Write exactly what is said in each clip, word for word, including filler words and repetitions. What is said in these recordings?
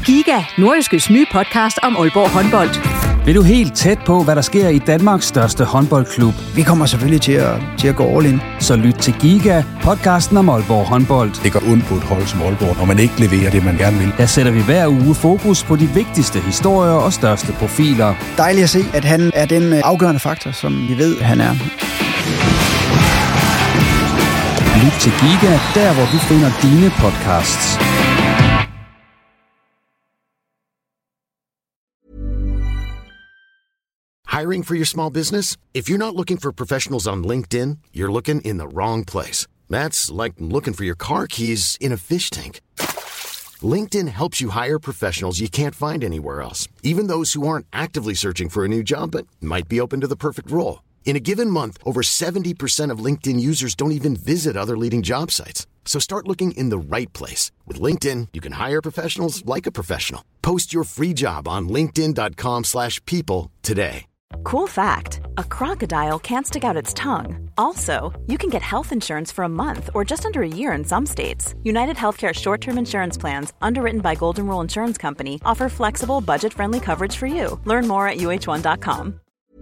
Giga, Nordjyskes nye podcast om Aalborg håndbold. Vil du helt tæt på, hvad der sker i Danmarks største håndboldklub? Vi kommer selvfølgelig til at, til at gå all in. Så lyt til Giga, podcasten om Aalborg håndbold. Det går ondt på et hold som Aalborg, når man ikke leverer det, man gerne vil. Der sætter vi hver uge fokus på de vigtigste historier og største profiler. Dejligt at se, at han er den afgørende faktor, som vi ved, han er. Lyt til Giga, der hvor du finder dine podcasts. Hiring for your small business? If you're not looking for professionals on LinkedIn, you're looking in the wrong place. That's like looking for your car keys in a fish tank. LinkedIn helps you hire professionals you can't find anywhere else, even those who aren't actively searching for a new job but might be open to the perfect role. In a given month, over seventy percent of LinkedIn users don't even visit other leading job sites. So start looking in the right place. With LinkedIn, you can hire professionals like a professional. Post your free job on linkedin dot com slash people today. Cool fact, a crocodile can't stick out its tongue. Also, you can get health insurance for a month or just under a year in some states. United Healthcare short-term insurance plans, underwritten by Golden Rule Insurance Company, offer flexible, budget-friendly coverage for you. Learn more at u h one dot com.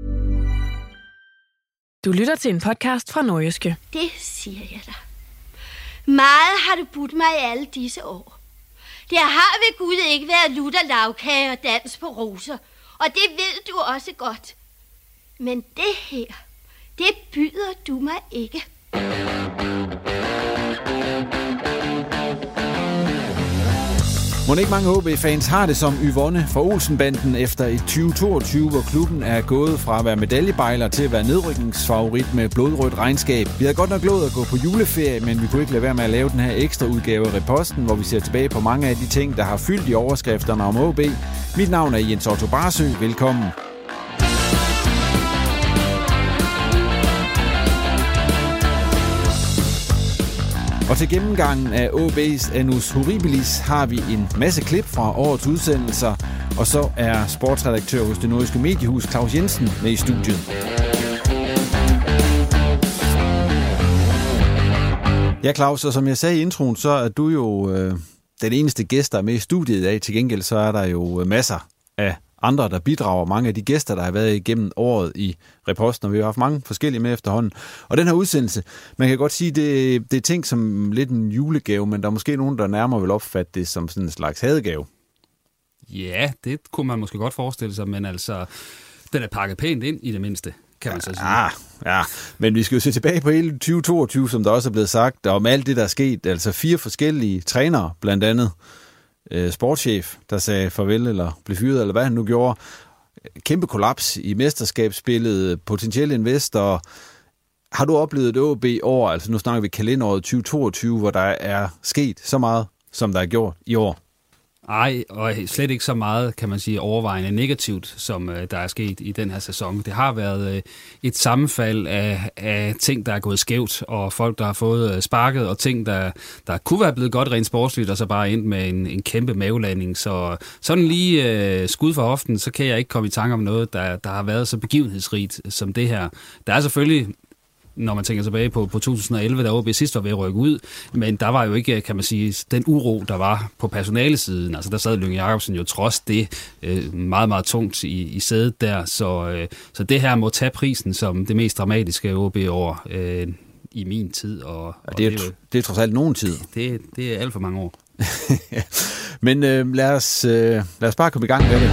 Du lytter til en podcast fra Nordjyske. Det siger jeg dig. Meget har du budt mig i alle disse år. Det har ved Gud ikke været lutter lavkage og dans på roser. Og det ved du også godt. Men det her, det byder du mig ikke. Må ikke mange O B-fans har det som Yvonne fra Olsenbanden efter et tyve toogtyve, hvor klubben er gået fra at være medaljebejler til at være nedrykningsfavorit med blodrødt regnskab. Vi havde godt nok lovet at gå på juleferie, men vi kunne ikke lade være med at lave den her ekstra udgave af Reposten, hvor vi ser tilbage på mange af de ting, der har fyldt i overskrifterne om O B. Mit navn er Jens Otto Barsø. Velkommen. Og til gennemgangen af O B's Annus Horribilis har vi en masse klip fra årets udsendelser, og så er sportsredaktør hos det Nordjyske Mediehus Claus Jensen med i studiet. Ja, Claus, og som jeg sagde i introen, så er du jo øh, den eneste gæst, der er med i studiet i dag. Til gengæld så er der jo masser af andre, der bidrager. Mange af de gæster, der har været igennem året i Reposten, og vi har haft mange forskellige med efterhånden. Og den her udsendelse, man kan godt sige, det, det er ting som lidt en julegave, men der er måske nogen, der nærmere vil opfatte det som sådan en slags hadegave. Ja, det kunne man måske godt forestille sig, men altså, den er pakket pænt ind i det mindste, kan man så sige. Ja, ja, men vi skal jo se tilbage på hele tyve toogtyve, som der også er blevet sagt, og om alt det, der er sket. Altså fire forskellige trænere, blandt andet sportschef, der sagde farvel eller blev fyret, eller hvad han nu gjorde. Kæmpe kollaps i mesterskabsspillet, potentielle investorer. Har du oplevet et O B-år, altså nu snakker vi kalenderåret tyve toogtyve, hvor der er sket så meget, som der er gjort i år? Ej, og slet ikke så meget, kan man sige, overvejende negativt, som øh, der er sket i den her sæson. Det har været øh, et sammenfald af, af ting, der er gået skævt, og folk, der har fået øh, sparket, og ting, der, der kunne være blevet godt rent sportsligt, og så bare endt med en, en kæmpe mavelanding. Så sådan lige øh, skud for hoften, så kan jeg ikke komme i tanke om noget, der, der har været så begivenhedsrigt som det her. Der er selvfølgelig, når man tænker tilbage på, på to tusind og elleve, da O B sidst var ved at rykke ud, men der var jo ikke, kan man sige, den uro, der var på personalesiden. Altså der sad Lynge Jacobsen jo trods det øh, meget, meget tungt i, i sædet der, så, øh, så det her må tage prisen som det mest dramatiske O B-år øh, i min tid. Og, og det, er, det, er, det er trods alt nogen tid. Det, det er alt for mange år. Men øh, lad, os, øh, lad os bare komme i gang med det.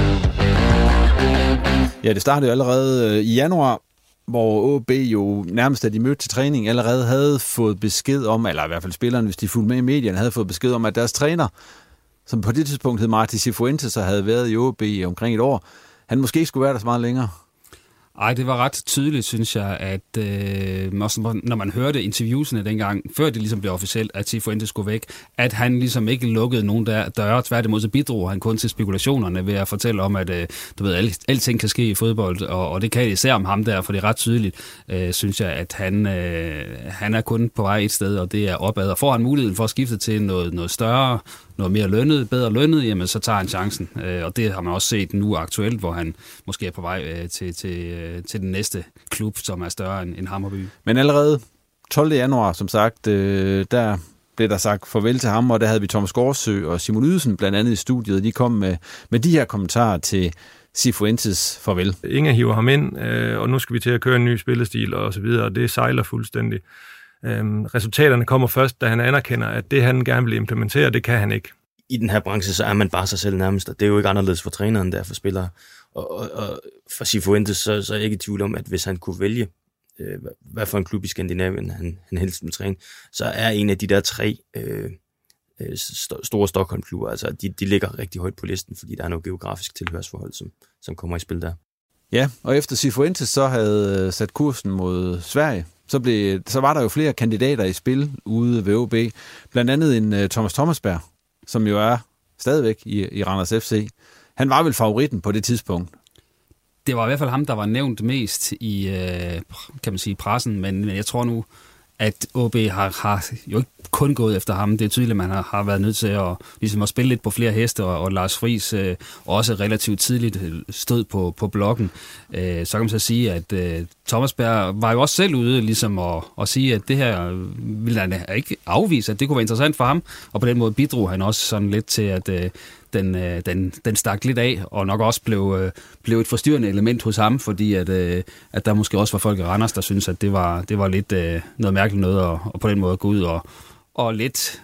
Ja, det startede jo allerede øh, i januar, hvor O B jo nærmest, da de mødte til træning, allerede havde fået besked om, eller i hvert fald spillerne, hvis de fulgte med i medierne, havde fået besked om, at deres træner, som på det tidspunkt hed Marti Cifuentes og havde været i O B i omkring et år, han måske ikke skulle være der så meget længere. Ej, det var ret tydeligt, synes jeg, at øh, også når man hørte interviewsene dengang, før det ligesom blev officielt, at Cifuentes skulle væk, at han ligesom ikke lukkede nogen der døre. Tværtimod så bidrog han kun til spekulationerne ved at fortælle om, at øh, du ved, alt, alting kan ske i fodbold, og, og det kan især om ham der, for det er ret tydeligt, øh, synes jeg, at han, øh, han er kun på vej et sted, og det er opad. Og får han muligheden for at skifte til noget, noget større, noget mere lønnet, bedre lønnet, jamen så tager han chancen. Øh, og det har man også set nu aktuelt, hvor han måske er på vej øh, til, til, øh, til den næste klub, som er større end, end Hammarby. Men allerede tolvte januar, som sagt, øh, der blev der sagt farvel til ham, og der havde vi Thomas Gårdsø og Simon Ydelsen blandt andet i studiet. De kom med, med de her kommentarer til Cifuentes farvel. Inge hiver ham ind, øh, og nu skal vi til at køre en ny spillestil og så videre, og det sejler fuldstændig. Øhm, resultaterne kommer først, da han anerkender, at det han gerne vil implementere, det kan han ikke. I den her branche, så er man bare sig selv nærmest, og det er jo ikke anderledes for træneren, der for spillere. Og, og, og for Cifuentes, så, så er jeg ikke i tvivl om, at hvis han kunne vælge, øh, hvad for en klub i Skandinavien han, han helst vil træne, så er en af de der tre øh, st- store Stockholm-klubber, altså de, de ligger rigtig højt på listen, fordi der er noget geografisk tilhørsforhold, som, som kommer i spil der. Ja, og efter Cifuentes så havde sat kursen mod Sverige, så, blev, så var der jo flere kandidater i spil ude ved O B. Blandt andet en uh, Thomas Thomasberg, som jo er stadigvæk i, i Randers F C. Han var vel favoritten på det tidspunkt. Det var i hvert fald ham, der var nævnt mest i øh, kan man sige, pressen, men, men jeg tror nu, at O B har, har jo ikke kun gået efter ham. Det er tydeligt, at man har, har været nødt til at, ligesom at spille lidt på flere heste, og, og Lars Friis øh, også relativt tidligt stod på, på blokken. Øh, så kan man så sige, at øh, Thomasberg var jo også selv ude ligesom at, at sige, at det her ville han ikke afvise, at det kunne være interessant for ham, og på den måde bidrog han også sådan lidt til, at øh, den, øh, den, den stak lidt af, og nok også blev, øh, blev et forstyrrende element hos ham, fordi at, øh, at der måske også var folk i Randers, der syntes, at det var, det var lidt øh, noget mærkeligt noget, og, og på den måde gå ud og, og lidt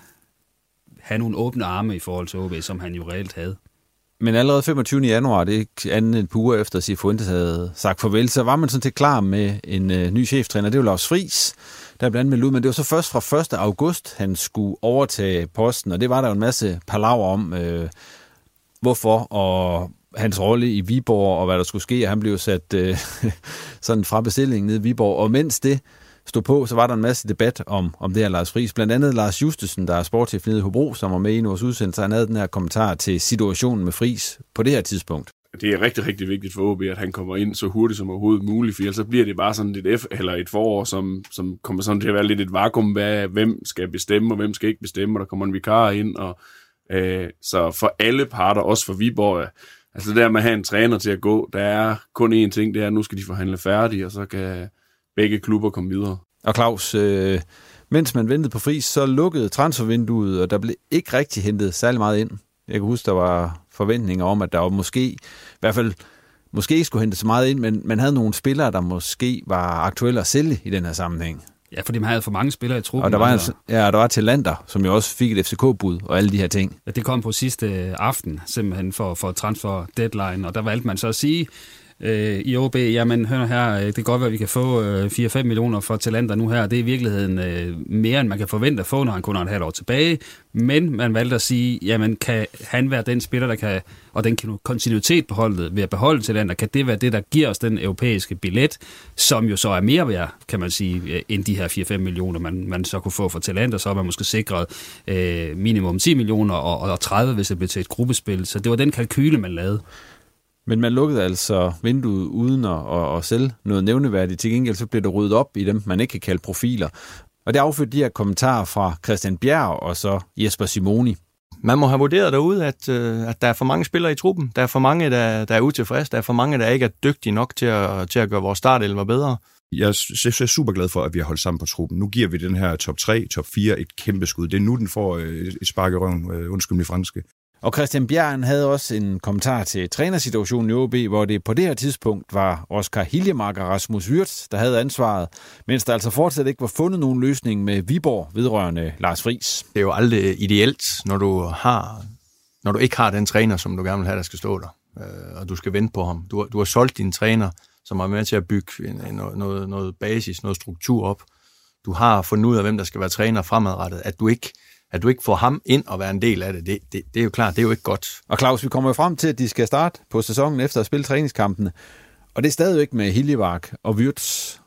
have nogle åbne arme i forhold til O B, som han jo reelt havde. Men allerede femogtyvende januar, det er ikke andet end et par uger efter, at Cifuentes havde sagt farvel, så var man sådan set klar med en øh, ny cheftræner. Det var Lars Friis, der blandt andet ud, men det var så først fra første august, han skulle overtage posten, og det var der jo en masse palaver om, øh, hvorfor, og hans rolle i Viborg, og hvad der skulle ske, og han blev sat øh, sådan fra bestillingen nede i Viborg, og mens det stod på, så var der en masse debat om, om det her Lars Friis. Blandt andet Lars Justesen, der er sportschef nede i Hobro, som var med i vores udsendelse, han havde den her kommentar til situationen med Friis på det her tidspunkt. Det er rigtig, rigtig vigtigt for O B, at han kommer ind så hurtigt som overhovedet muligt, for ellers så bliver det bare sådan lidt F, eller et forår, som, som kommer sådan til at være lidt et vakuum, hvad, hvem skal bestemme, og hvem skal ikke bestemme, og der kommer en vikar ind, og øh, så for alle parter, også for Viborg, altså det der med at have en træner til at gå, der er kun én ting, det er, at nu skal de forhandle færdigt, og så kan begge klubber komme videre. Og Claus, øh, mens man ventede på Friis, så lukkede transfervinduet, og der blev ikke rigtig hentet særlig meget ind. Jeg kan huske, der var forventninger om, at der var måske, i hvert fald måske ikke skulle hente så meget ind, men man havde nogle spillere, der måske var aktuelle at sælge i den her sammenhæng. Ja, fordi man havde for mange spillere i truppen. Og der var, altså, ja, der var Talander, som jo også fik et F C K-bud og alle de her ting. Ja, det kom på sidste aften, simpelthen for, for transfer deadline, og der valgte man så at sige, Øh, i O B, jamen hør her, det kan godt være, at vi kan få øh, fire til fem millioner for Talander nu her. Det er i virkeligheden øh, mere, end man kan forvente at få, når han kun har et halvt år tilbage. Men man valgte at sige, jamen kan han være den spiller, der kan, og den kontinuitet på holdet ved at beholde Talander, kan det være det, der giver os den europæiske billet, som jo så er mere værd, kan man sige, end de her fire til fem millioner, man, man så kunne få for Talander. Så har man måske sikret øh, minimum ti millioner og, og tredive, hvis det blev til et gruppespil. Så det var den kalkyle, man lavede. Men man lukkede altså vinduet uden at, at, at sælge noget nævneværdigt. Til gengæld så blev det ryddet op i dem, man ikke kan kalde profiler. Og det affødte de her kommentarer fra Christian Bjerg og så Jesper Simoni. Man må have vurderet derude, at, at der er for mange spillere i truppen. Der er for mange, der, der er utilfredse. Der er for mange, der ikke er dygtige nok til at, til at gøre vores startelver bedre. Jeg er super glad for, at vi har holdt sammen på truppen. Nu giver vi den her top tre, top fire et kæmpe skud. Det er nu, den får et spark i røven, undskyld mig franske. Og Christian Bjerg havde også en kommentar til trænersituationen i O B, hvor det på det her tidspunkt var Oskar Hiljemark og Rasmus Wirtz, der havde ansvaret, mens der altså fortsat ikke var fundet nogen løsning med Viborg vedrørende Lars Friis. Det er jo aldrig ideelt, når du, har, når du ikke har den træner, som du gerne vil have, der skal stå der, og du skal vente på ham. Du, du har solgt din træner, som er med til at bygge en, noget, noget basis, noget struktur op. Du har fundet ud af, hvem der skal være træner fremadrettet, at du ikke At du ikke får ham ind og være en del af det, det, det, det er jo klart, det er jo ikke godt. Og Claus, vi kommer jo frem til, at de skal starte på sæsonen efter at spille træningskampene. Og det er stadigvæk med Hiljemark og Wirtz.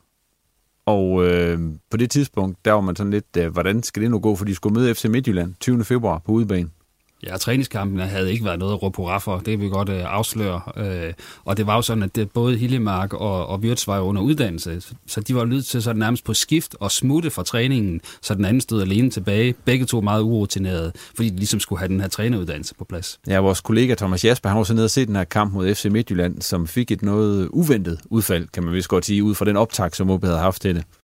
Og øh, på det tidspunkt, der var man sådan lidt, øh, hvordan skal det nu gå, for de skulle møde F C Midtjylland tyvende februar på udebane. Ja, træningskampene havde ikke været noget at råbe hurra for, det kan vi godt øh, afsløre. Øh, og det var jo sådan, at det, både Hiljemark og, og Wirtz var jo under uddannelse, så de var nødt til så nærmest på skift og smutte fra træningen, så den anden stod alene tilbage. Begge to meget urutineret, fordi de ligesom skulle have den her træneruddannelse på plads. Ja, vores kollega Thomas Jasper, han var så nede og se den her kamp mod F C Midtjylland, som fik et noget uventet udfald, kan man vist godt sige, ud fra den optakt, som O B havde haft til det.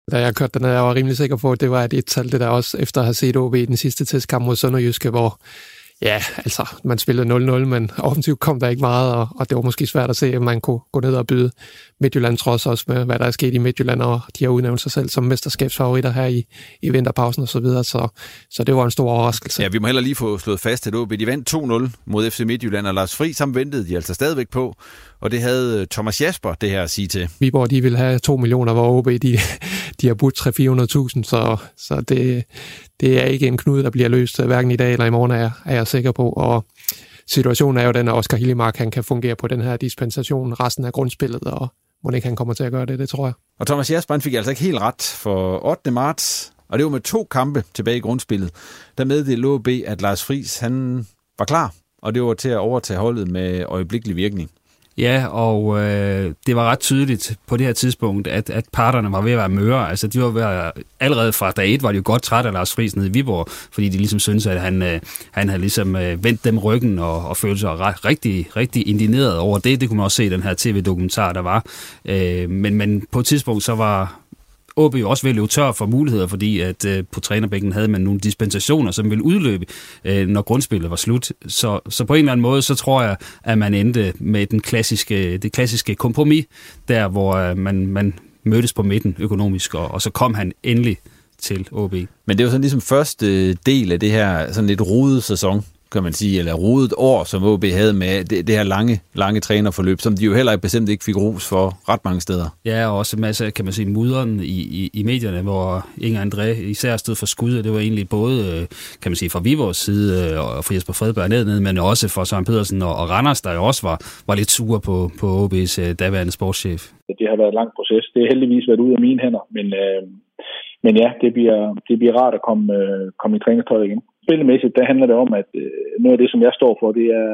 Da jeg kørte derned, jeg var rimelig sikker på, at det var et et-tal, det der også, efter at have set O B i den sidste testkamp mod Sønderjyske, hvor ja, altså, man spillede nul nul, men offensivt kom der ikke meget, og, og det var måske svært at se, at man kunne gå ned og byde Midtjylland, trods også med, hvad der er sket i Midtjylland, og de har udnævnt sig selv som mesterskabsfavoritter her i, i vinterpausen og så videre, så, så det var en stor overraskelse. Ja, vi må heller lige få slået fast, at O B de vandt to nul mod F C Midtjylland, og Lars Friis, ham ventede de altså stadigvæk på, og det havde Thomas Jasper det her at sige til. Viborg, de ville have to millioner, hvor O B, de, de har budt tre til fire hundrede tusind, så, så det, det er ikke en knude, der bliver løst hverken i dag eller i morgen, er jeg, er jeg sikker på, og situationen er jo den, at Oscar Hillemark, han kan fungere på den her dispensation resten af grundspillet, og må ikke han kommer til at gøre det, det tror jeg. Og Thomas Jasper fik altså ikke helt ret for ottende marts, og det var med to kampe tilbage i grundspillet. Der meddelte O B, at Lars Friis, han var klar, og det var til at overtage holdet med øjeblikkelig virkning. Ja, og øh, det var ret tydeligt på det her tidspunkt, at, at parterne var ved at være møre. Altså, de var ved at, allerede fra dag et var de jo godt træt af Lars Friis nede i Viborg, fordi de ligesom syntes, at han, øh, han havde ligesom øh, vendt dem ryggen og, og følte sig rigtig, rigtig indigneret over det. Det kunne man også se i den her tv-dokumentar, der var. Øh, men, men på et tidspunkt så var O B jo også ved at løbe tør for muligheder, fordi at øh, på trænerbænken havde man nogle dispensationer, som ville udløbe, øh, når grundspillet var slut. Så, så på en eller anden måde, så tror jeg, at man endte med den klassiske, det klassiske kompromis, der hvor øh, man, man mødtes på midten økonomisk, og, og så kom han endelig til O B. Men det var sådan ligesom første del af det her sådan lidt rodede sæson, kan man sige, eller rodet år, som O B havde med det, det her lange, lange trænerforløb, som de jo heller bestemt ikke fik ros for ret mange steder. Ja, og også en masse, kan man sige, mudderen i, i, i medierne, hvor Inger André især stod for skud, det var egentlig både, kan man sige, fra Viborgs side og fra Jesper Fredberg ned, men også fra Søren Pedersen og, og Randers, der jo også var, var lidt sure på, på O B's daværende sportschef. Det har været en lang proces. Det har heldigvis været ude af mine hænder, men, øh, men ja, det bliver, det bliver rart at komme, øh, komme i trænertøjet igen. Spillemæssigt, der handler det om, at øh, noget af det, som jeg står for, det er,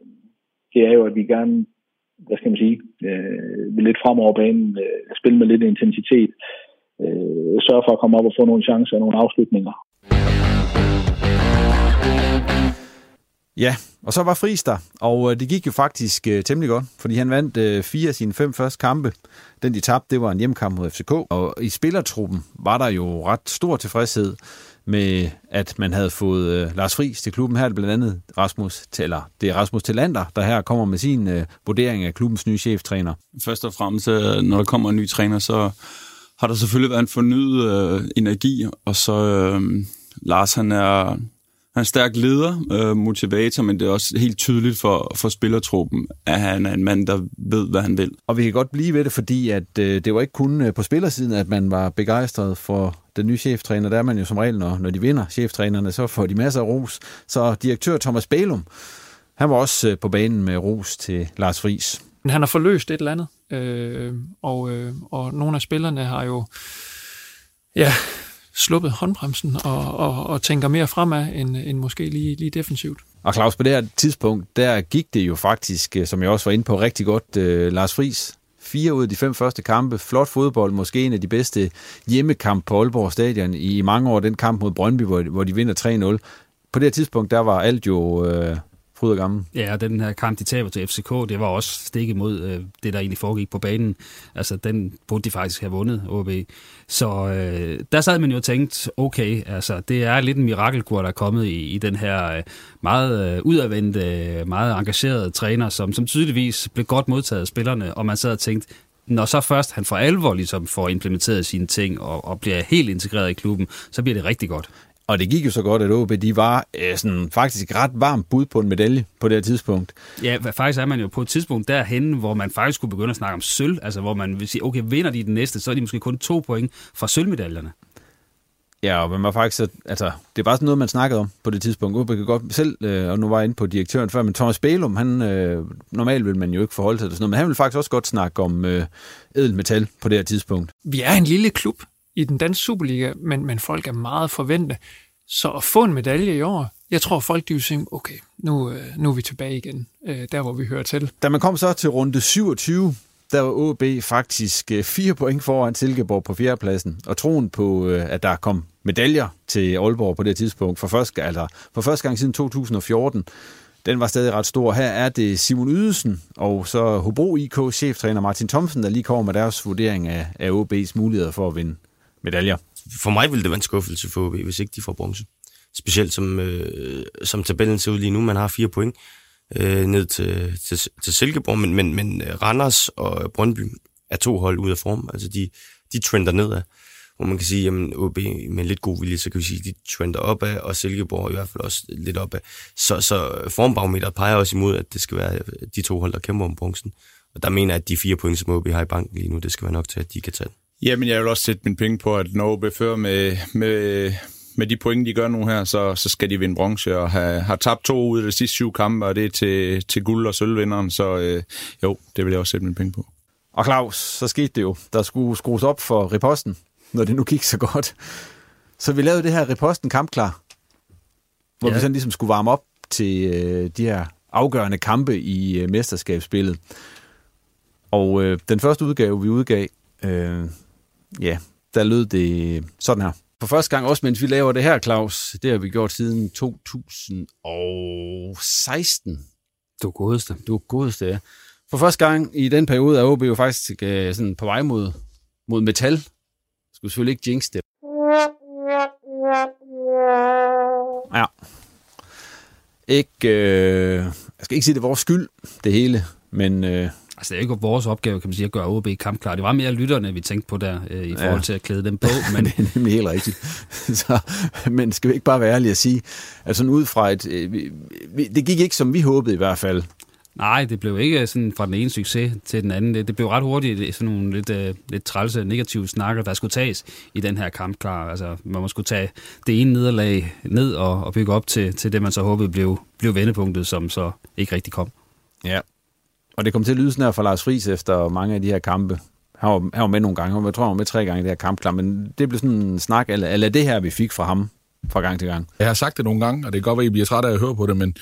det er jo, at vi gerne, hvad skal man sige, øh, vil lidt fremover banen, øh, spille med lidt intensitet, øh, sørge for at komme op og få nogle chancer og nogle afslutninger. Ja, og så var Friis der, og det gik jo faktisk øh, temmelig godt, fordi han vandt øh, fire af sine fem første kampe. Den de tabte, det var en hjemmekamp mod F C K, og i spillertruppen var der jo ret stor tilfredshed med, at man havde fået øh, Lars Friis til klubben. Her er det blandt andet Rasmus, eller det er Rasmus Tillander, der her kommer med sin øh, vurdering af klubbens nye cheftræner. Først og fremmest, når der kommer en ny træner, så har der selvfølgelig været en fornyet øh, energi, og så øh, Lars, han er, han er en stærk leder, øh, motivator, men det er også helt tydeligt for, for spillertruppen, at han er en mand, der ved, hvad han vil. Og vi kan godt blive ved det, fordi at, øh, det var ikke kun øh, på spillersiden, at man var begejstret for den nye cheftræner. Der er man jo som regel, når, når de vinder cheftrænerne, så får de masser af ros. Så direktør Thomas Bælum, han var også øh, på banen med ros til Lars Friis. Han har forløst et eller andet, øh, og, øh, og nogle af spillerne har jo ja, sluppet håndbremsen og, og, og tænker mere fremad end, end måske lige, lige defensivt. Og Claus, på det her tidspunkt, der gik det jo faktisk, som jeg også var inde på, rigtig godt. Øh, Lars Friis, fire ud af de fem første kampe, flot fodbold, måske en af de bedste hjemmekamp på Aalborg Stadion i, i mange år, den kamp mod Brøndby, hvor, hvor de vinder tre nul. På det her tidspunkt, der var alt jo øh, fryd og gammel. Ja, og den her kamp, de taber til F C K, det var også stik imod øh, det, der egentlig foregik på banen. Altså, den burde de faktisk have vundet, O B. Så øh, der sad man jo tænkt, okay, altså, det er lidt en mirakelkur, der er kommet i, i den her øh, meget øh, udadvendte, meget engagerede træner, som, som tydeligvis blev godt modtaget af spillerne, og man sad og tænkte, når så først han for alvor ligesom får implementeret sine ting og, og bliver helt integreret i klubben, så bliver det rigtig godt. Og det gik jo så godt, at O B, de var øh, sådan, faktisk ret varmt bud på en medalje på det her tidspunkt. Ja, faktisk er man jo på et tidspunkt derhen, hvor man faktisk kunne begynde at snakke om sølv, altså hvor man vil sige, okay, vinder de den næste, så er de måske kun to point fra sølvmedaljerne. Ja, og man var faktisk, altså, det er bare sådan noget, man snakkede om på det tidspunkt. O B kan godt selv, øh, og nu var jeg inde på direktøren før, men Thomas Bælum, han, øh, normalt vil man jo ikke forholde sig til sådan noget, men han vil faktisk også godt snakke om øh, ædelmetal på det her tidspunkt. Vi er en lille klub i den danske Superliga, men, men folk er meget forventede. Så at få en medalje i år, jeg tror folk de vil sige, okay, nu, nu er vi tilbage igen, der hvor vi hører til. Da man kom så til runde syvogtyve, der var O B faktisk fire point foran Silkeborg på fjerdepladsen, og troen på, at der kom medaljer til Aalborg på det tidspunkt, for første, altså, for første gang siden to tusind og fjorten, den var stadig ret stor. Her er det Simon Ydesen og så Hobro I K cheftræner Martin Thomsen, der lige kommer med deres vurdering af, af O B's muligheder for at vinde medaljer. For mig ville det være en skuffelse for O B, hvis ikke de får bronze. Specielt som, øh, som tabellen ser ud lige nu. Man har fire point øh, ned til, til, til Silkeborg, men, men, men Randers og Brøndby er to hold ud af form. Altså de, de trender nedad. Hvor man kan sige, jamen O B med lidt god vilje, så kan vi sige, at de trender opad, og Silkeborg i hvert fald også lidt opad. Så, så formbarometeret peger også imod, at det skal være de to hold, der kæmper om bronzen. Og der mener jeg, at de fire point, som O B har i banken lige nu, det skal være nok til, at de kan tage den. Jamen, jeg vil også sætte mine penge på, at når O B fører med, med, med de point, de gør nu her, så, så skal de vinde bronze, og have, har tabt to ud af de sidste syv kampe, og det er til, til guld- og sølvvinderen, så øh, jo, det vil jeg også sætte mine penge på. Og Claus, så skete det jo. Der skulle skrues op for riposten, når det nu gik så godt. Så vi lavede det her riposten kampklar, hvor ja. vi sådan ligesom skulle varme op til øh, de her afgørende kampe i øh, mesterskabsspillet. Og øh, den første udgave, vi udgav, øh, ja, der lød det sådan her. For første gang også, mens vi laver det her, Claus, det har vi gjort siden to tusind og seksten. Du er godeste. Du er godeste, ja. For første gang i den periode er O B jo faktisk øh, sådan på vej mod, mod metal. Jeg skulle selvfølgelig ikke jinx det. Ja. Ikke, øh, jeg skal ikke sige, det er vores skyld, det hele, men... Øh, altså, det er ikke vores opgave, kan man sige, at gøre O B kampklar. Det var mere lytterne, vi tænkte på der, øh, i forhold ja. til at klæde dem på. Men... det er nemlig helt rigtigt. Så, men skal vi ikke bare være ærlige at sige, at sådan ud fra et... Øh, vi, det gik ikke, som vi håbede i hvert fald. Nej, det blev ikke sådan fra den ene succes til den anden. Det, det blev ret hurtigt sådan nogle lidt, uh, lidt trælse, negative snakker, der skulle tages i den her kampklar. Altså, man må skulle tage det ene nederlag ned og, og bygge op til, til det, man så håbede blev, blev vendepunktet, som så ikke rigtig kom. Ja, og det kom til at lyde sådan her fra Lars Friis efter mange af de her kampe. Han var, han var med nogle gange, jeg tror, han var med tre gange i det her kampklar, men det blev sådan en snak, eller, eller det her, vi fik fra ham fra gang til gang. Jeg har sagt det nogle gange, og det kan godt være, at I bliver træt af at høre på det, men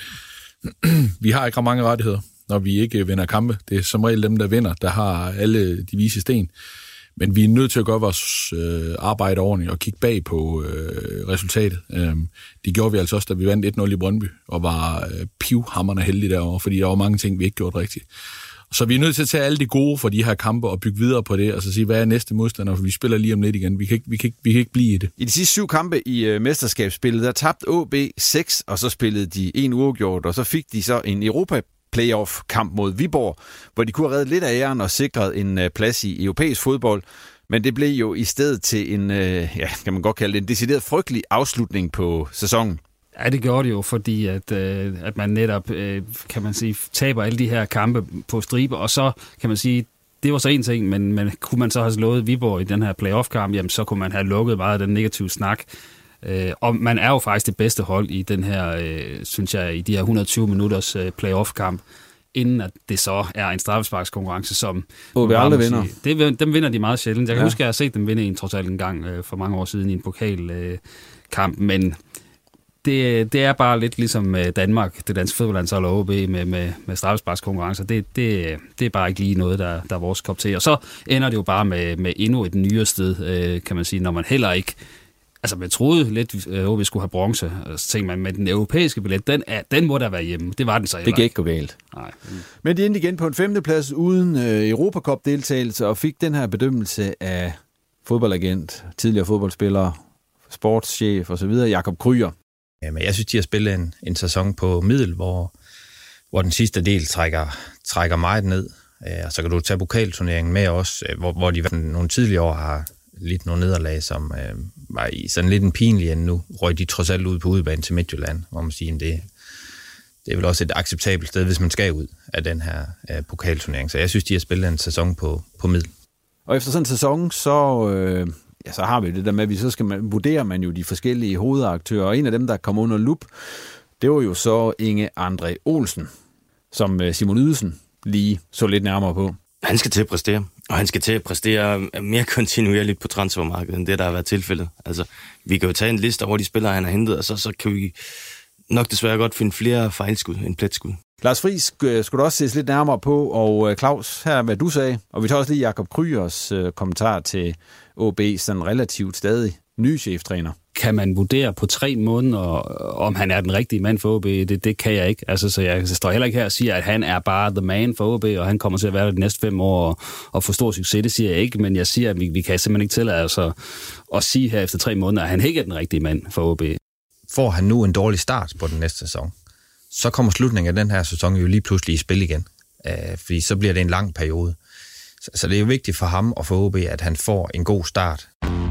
vi har ikke ret mange rettigheder, når vi ikke vinder kampe. Det er som regel dem, der vinder, der har alle de vise sten. Men vi er nødt til at gøre vores øh, arbejde ordentligt og kigge bag på øh, resultatet. Øhm, det gjorde vi altså også, da vi vandt et nul i Brøndby, og var øh, pivhamrende heldige derovre, fordi der var mange ting, vi ikke gjorde rigtigt. Så vi er nødt til at tage alle de gode for de her kampe og bygge videre på det, og så sige, hvad er næste modstander, for vi spiller lige om lidt igen. Vi kan ikke, vi kan ikke, vi kan ikke blive i det. I de sidste syv kampe i uh, mesterskabsspillet, der tabte O B seks, og så spillede de en uafgjort, og så fik de så en Europa playoff-kamp mod Viborg, hvor de kunne have reddet lidt af æren og sikret en uh, plads i europæisk fodbold. Men det blev jo i stedet til en, uh, ja, kan man godt kalde det, en decideret frygtelig afslutning på sæsonen. Ja, det gjorde det jo, fordi at, øh, at man netop, øh, kan man sige, taber alle de her kampe på stribe, og så kan man sige, det var så en ting, men, men kunne man så have slået Viborg i den her playoff-kamp, jamen så kunne man have lukket meget af den negative snak. Øh, og man er jo faktisk det bedste hold i den her, øh, synes jeg, i de her et hundrede og tyve minutters øh, playoff-kamp, inden at det så er en straffesparkskonkurrence, som... O B aldrig vinder. Det, dem vinder de meget sjældent. Jeg kan ja. huske, at jeg har set dem vinde en trods alt en gang øh, for mange år siden i en pokalkamp, øh, men... Det, det er bare lidt ligesom Danmark, det danske fodboldlandshold og O B med, med, med straffesparkskonkurrencer. Det, det, det er bare ikke lige noget, der, der er vores kop til. Og så ender det jo bare med, med endnu et nyere sted, øh, kan man sige, når man heller ikke... Altså, man troede lidt, at O B skulle have bronze, og så tænkte man, med den europæiske billet, den, er, den må der være hjemme. Det var den så heller ikke. Det kan ikke gå galt. Nej. Mm. Men de endte igen på en femteplads uden øh, Europacup-deltagelse, og fik den her bedømmelse af fodboldagent, tidligere fodboldspiller, sportschef osv., Jakob Kryer. Jamen, jeg synes, de har spillet en, en sæson på middel, hvor, hvor den sidste del trækker, trækker meget ned. Og så kan du tage pokalturneringen med også, hvor, hvor de nogle tidligere år har lidt nogle nederlag, som øh, var i sådan lidt en pinlig ende. Nu røg de trods alt ud på udebane til Midtjylland, hvor man siger, det, det er vel også et acceptabelt sted, hvis man skal ud af den her øh, pokalturnering. Så jeg synes, de har spillet en sæson på, på middel. Og efter sådan en sæson, så... Øh Ja, så har vi det der med, at vi så skal man, vurdere man jo de forskellige hovedaktører, og en af dem, der kom under lup, det var jo så Inge André Olsen, som Simon Ydesen lige så lidt nærmere på. Han skal til at præstere, og han skal til at præstere mere kontinuerligt på transfermarkedet, end det, der har været tilfældet. Altså, vi kan jo tage en liste over de spillere, han har hentet, og så, så kan vi nok desværre godt finde flere fejlskud end pletskud. Lars Friis skulle du også ses lidt nærmere på, og Claus, her hvad du sagde, og vi tager også lige Jakob Kryers kommentar til O B, sådan relativt stadig ny cheftræner. kan man vurdere på tre måneder, om han er den rigtige mand for O B? Det, det kan jeg ikke. Altså, så jeg står heller ikke her og siger, at han er bare the man for O B, og han kommer til at være der de næste fem år og, og få stor succes. Det siger jeg ikke, men jeg siger, at vi, vi kan simpelthen ikke tillade os at, at sige her efter tre måneder, at han ikke er den rigtige mand for O B. Får han nu en dårlig start på den næste sæson, så kommer slutningen af den her sæson jo lige pludselig i spil igen. Øh, fordi så bliver det en lang periode. Så, så det er jo vigtigt for ham og for O B, at han får en god start.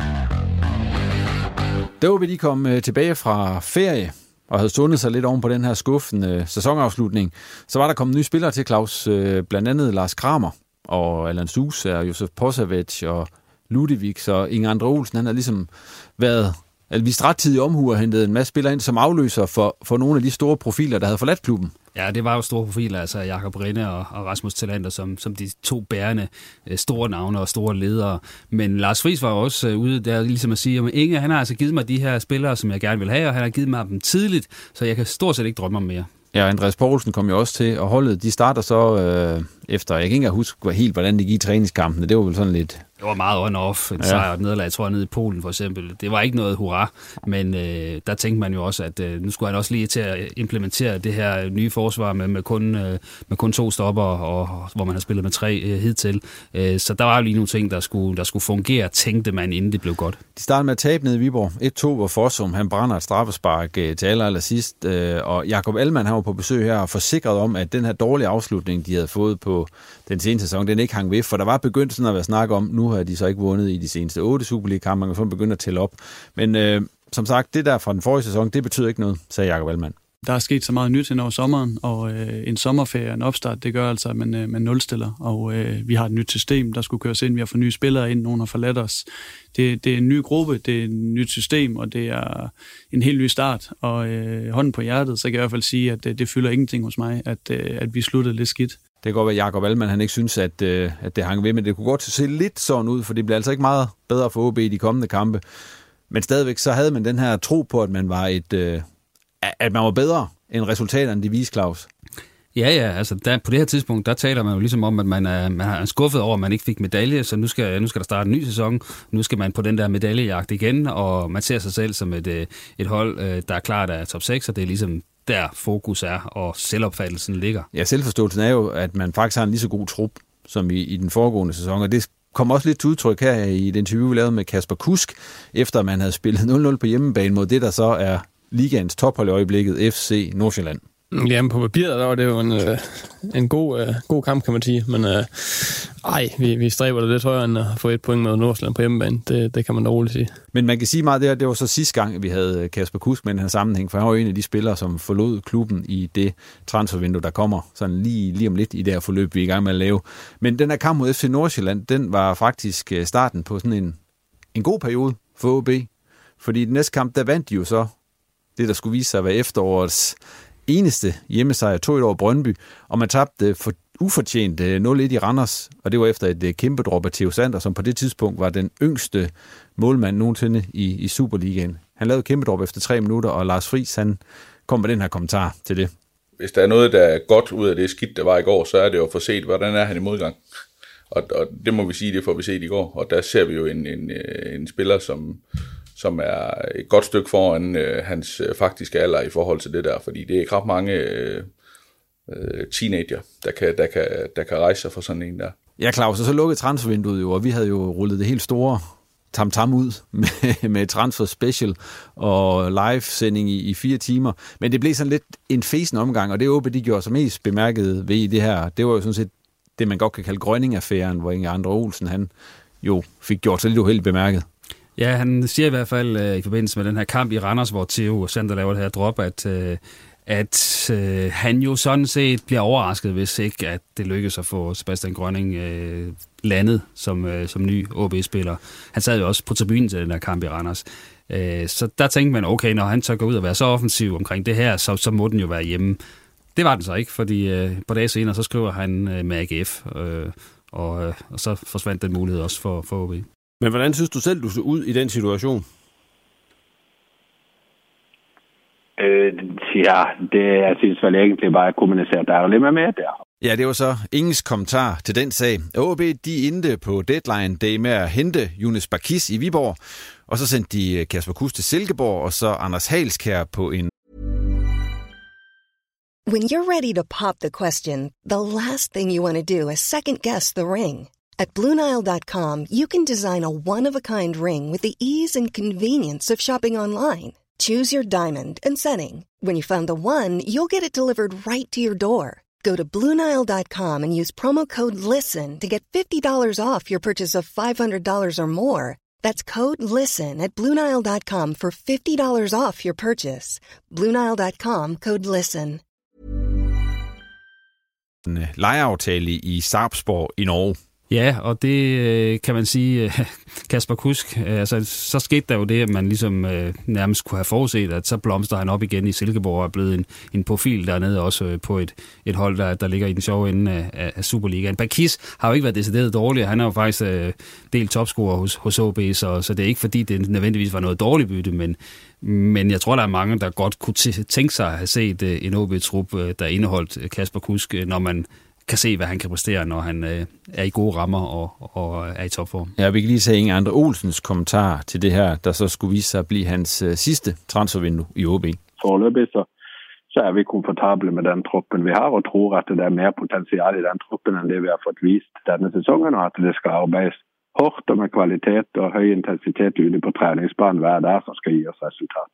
Da O B de kom øh, tilbage fra ferie og havde sundet sig lidt oven på den her skuffende sæsonafslutning, så var der kommet nye spillere til, Claus. Øh, blandt andet Lars Kramer og Allan Sus og Josef Posavic og Ludovic og Inge Andre Olsen. Han har ligesom været altså, vist rettidig omhu og hentet en masse spillere ind som afløser for, for nogle af de store profiler, der havde forladt klubben. Ja, det var jo store profiler, altså Jakob Rinde og, og Rasmus Tillander, som, som de to bærende øh, store navne og store ledere. Men Lars Friis var også øh, ude der ligesom at sige, at Inge, han har altså givet mig de her spillere, som jeg gerne vil have, og han har givet mig dem tidligt, så jeg kan stort set ikke drømme om mere. Ja, Andreas Poulsen kom jo også til, og holdet, de starter så øh, efter, jeg kan ikke huske helt, hvordan det gik i træningskampene, det var vel sådan lidt... Det var meget on-off, en ja. sejr og et nederlag, jeg tror, nede i Polen for eksempel. Det var ikke noget hurra, men øh, der tænkte man jo også, at øh, nu skulle han også lige til at implementere det her nye forsvar med, med, kun, øh, med kun to stopper, og, hvor man har spillet med tre øh, hidtil. Øh, så der var jo lige nogle ting, der skulle, der skulle fungere, tænkte man, inden det blev godt. De startede med at tabe nede i Viborg. et to, hvor Fossum, han brænder et straffespark øh, til aller, aller sidst, øh, og Jakob Allmann, han var på besøg her og forsikret om, at den her dårlige afslutning, de havde fået på den seneste sæson, den ikke hang ved, for der var begyndt sådan at være snak om, nu har de så ikke vundet i de seneste otte Superliga-kampe, man kan få begyndt at tælle op. Men øh, som sagt, det der fra den forrige sæson, det betyder ikke noget, sagde Jakob Allmann. Der er sket så meget nyt hen over sommeren, og øh, en sommerferie, en opstart, det gør altså, at man, øh, man nulstiller, og øh, vi har et nyt system, der skulle køres ind, vi har fået nye spillere ind, nogen har forladt os. Det, det er en ny gruppe, det er et nyt system, og det er en helt ny start, og øh, hånden på hjertet, så kan jeg i hvert fald sige, at øh, det fylder ingenting hos mig, at, øh, at vi sluttede lidt skidt. Det kan godt være, at Jakob Allmann, han ikke synes, at, øh, at det hang ved, men det kunne godt se lidt sådan ud, for det bliver altså ikke meget bedre for O B i de kommende kampe. Men stadigvæk så havde man den her tro på, at man var et, øh, at man var bedre end resultaterne, de viste, Claus. Ja, ja, altså der, på det her tidspunkt, der taler man jo ligesom om, at man er, man er skuffet over, at man ikke fik medalje, så nu skal, nu skal der starte en ny sæson, nu skal man på den der medaljejagt igen, og man ser sig selv som et, et hold, der er klart af top seks, og det er ligesom der fokus er, og selvopfattelsen ligger. Ja, selvforståelsen er jo, at man faktisk har en lige så god trup, som i, i den foregående sæson, og det kom også lidt til udtryk her i det interview, vi lavede med Kasper Kusk, efter man havde spillet nul nul på hjemmebane mod det, der så er ligaens tophold i øjeblikket, F C Nordsjælland. Jamen på papiret, der var det jo en, øh, en god, øh, god kamp, kan man sige. Men øh, ej, vi, vi stræber det lidt højere end at få et point med Nordsjælland på hjemmebane. Det, det kan man da roligt sige. Men man kan sige meget, det, her, det var så sidste gang, vi havde Kasper Kusk med den her sammenhæng, for han var jo en af de spillere, som forlod klubben i det transfervindue, der kommer sådan lige, lige om lidt i det her forløb, vi er i gang med at lave. Men den her kamp mod F C Nordsjælland, den var faktisk starten på sådan en, en god periode for O B. Fordi i den næste kamp, der vandt de jo så det, der skulle vise sig at være efterårets eneste hjemmesejr, to et over Brøndby, og man tabte for ufortjent nul et i Randers, og det var efter et kæmpe drop af Theo Sander, som på det tidspunkt var den yngste målmand nogensinde i, i Superligaen. Han lavede kæmpe drop efter tre minutter, og Lars Friis, han kom med den her kommentar til det. Hvis der er noget, der er godt ud af det skidt, der var i går, så er det jo for set, hvordan er han i modgang. Og, og det må vi sige, det får vi set i går, og der ser vi jo en, en, en spiller, som som er et godt stykke foran øh, hans øh, faktiske alder i forhold til det der, fordi det er ikke ret mange øh, øh, teenager, der kan, der, kan, der kan rejse sig for sådan en der. Ja, Claus, og så lukkede transfervinduet jo, og vi havde jo rullet det helt store tam-tam ud med, med transfer special og live-sending i, i fire timer, men det blev sådan lidt en fesen omgang, og det håber de gjorde sig mest bemærket ved i det her. Det var jo sådan set det, man godt kan kalde Grønning-affæren, hvor Inge Andre Olsen, han jo fik gjort sig lidt uheldigt bemærket. Ja, han siger i hvert fald øh, i forbindelse med den her kamp i Randers, hvor Theo Sander laver det her drop, at, øh, at øh, han jo sådan set bliver overrasket, hvis ikke at det lykkes at få Sebastian Grønning øh, landet som, øh, som ny O B-spiller. Han sad jo også på tribunen til den her kamp i Randers. Øh, så der tænkte man, okay, når han så går ud og være så offensiv omkring det her, så, så må den jo være hjemme. Det var den så ikke, fordi øh, på dage senere, så skriver han øh, med A G F, øh, og, øh, og så forsvandt den mulighed også for, for O B. Men hvordan synes du selv, du så ud i den situation? Øh, ja, det jeg synes vel egentlig bare at kommunicere der lidt med der. Ja, det var så Inges kommentar til den sag. O B, de endte på deadline day med at hente Younes Bakis i Viborg, Og så sendte de Kasper Kusk til Silkeborg, og så Anders Halskjær på en... When you're ready to pop the question, the last thing you want to do is second-guess the ring. At Blue Nile dot com, you can design a one-of-a-kind ring with the ease and convenience of shopping online. Choose your diamond and setting. When you find the one, you'll get it delivered right to your door. Go to Blue Nile dot com and use promo code LISTEN to get fifty dollars off your purchase of five hundred dollars or more. That's code LISTEN at Blue Nile dot com for fifty dollars off your purchase. Blue Nile dot com, code LISTEN. En lejeaftale i Sarpsborg i Norge. Ja, og det kan man sige, Kasper Kusk, altså så skete der jo det, at man ligesom øh, nærmest kunne have forudset, at så blomster han op igen i Silkeborg og er blevet en, en profil dernede også på et, et hold, der, der ligger i den sjove ende af, af Superligaen. Bakis har jo ikke været decideret dårlig, han har jo faktisk øh, delt topscorer hos, hos O B, så, så det er ikke fordi, det nødvendigvis var noget dårligt bytte, men, men jeg tror, der er mange, der godt kunne t- tænke sig at have set øh, en O B-trup, øh, der indeholdt Kasper Kusk, når man kan se, hvad han kan præstere, når han øh, er i gode rammer og, og er i topform. Ja, vi kan lige se Inge Andre Olsens kommentar til det her, der så skulle vise sig at blive hans øh, sidste transfervindue i O B. Foreløbig så, så er vi komfortable med den truppen vi har, og tror, at det er mere potentiale i den truppen, end det vi har fået vist denne sæsonen, og at det skal arbejdes hårdt og med kvalitet og høj intensitet ude på træningsbanen hver dag, som skal give os resultat.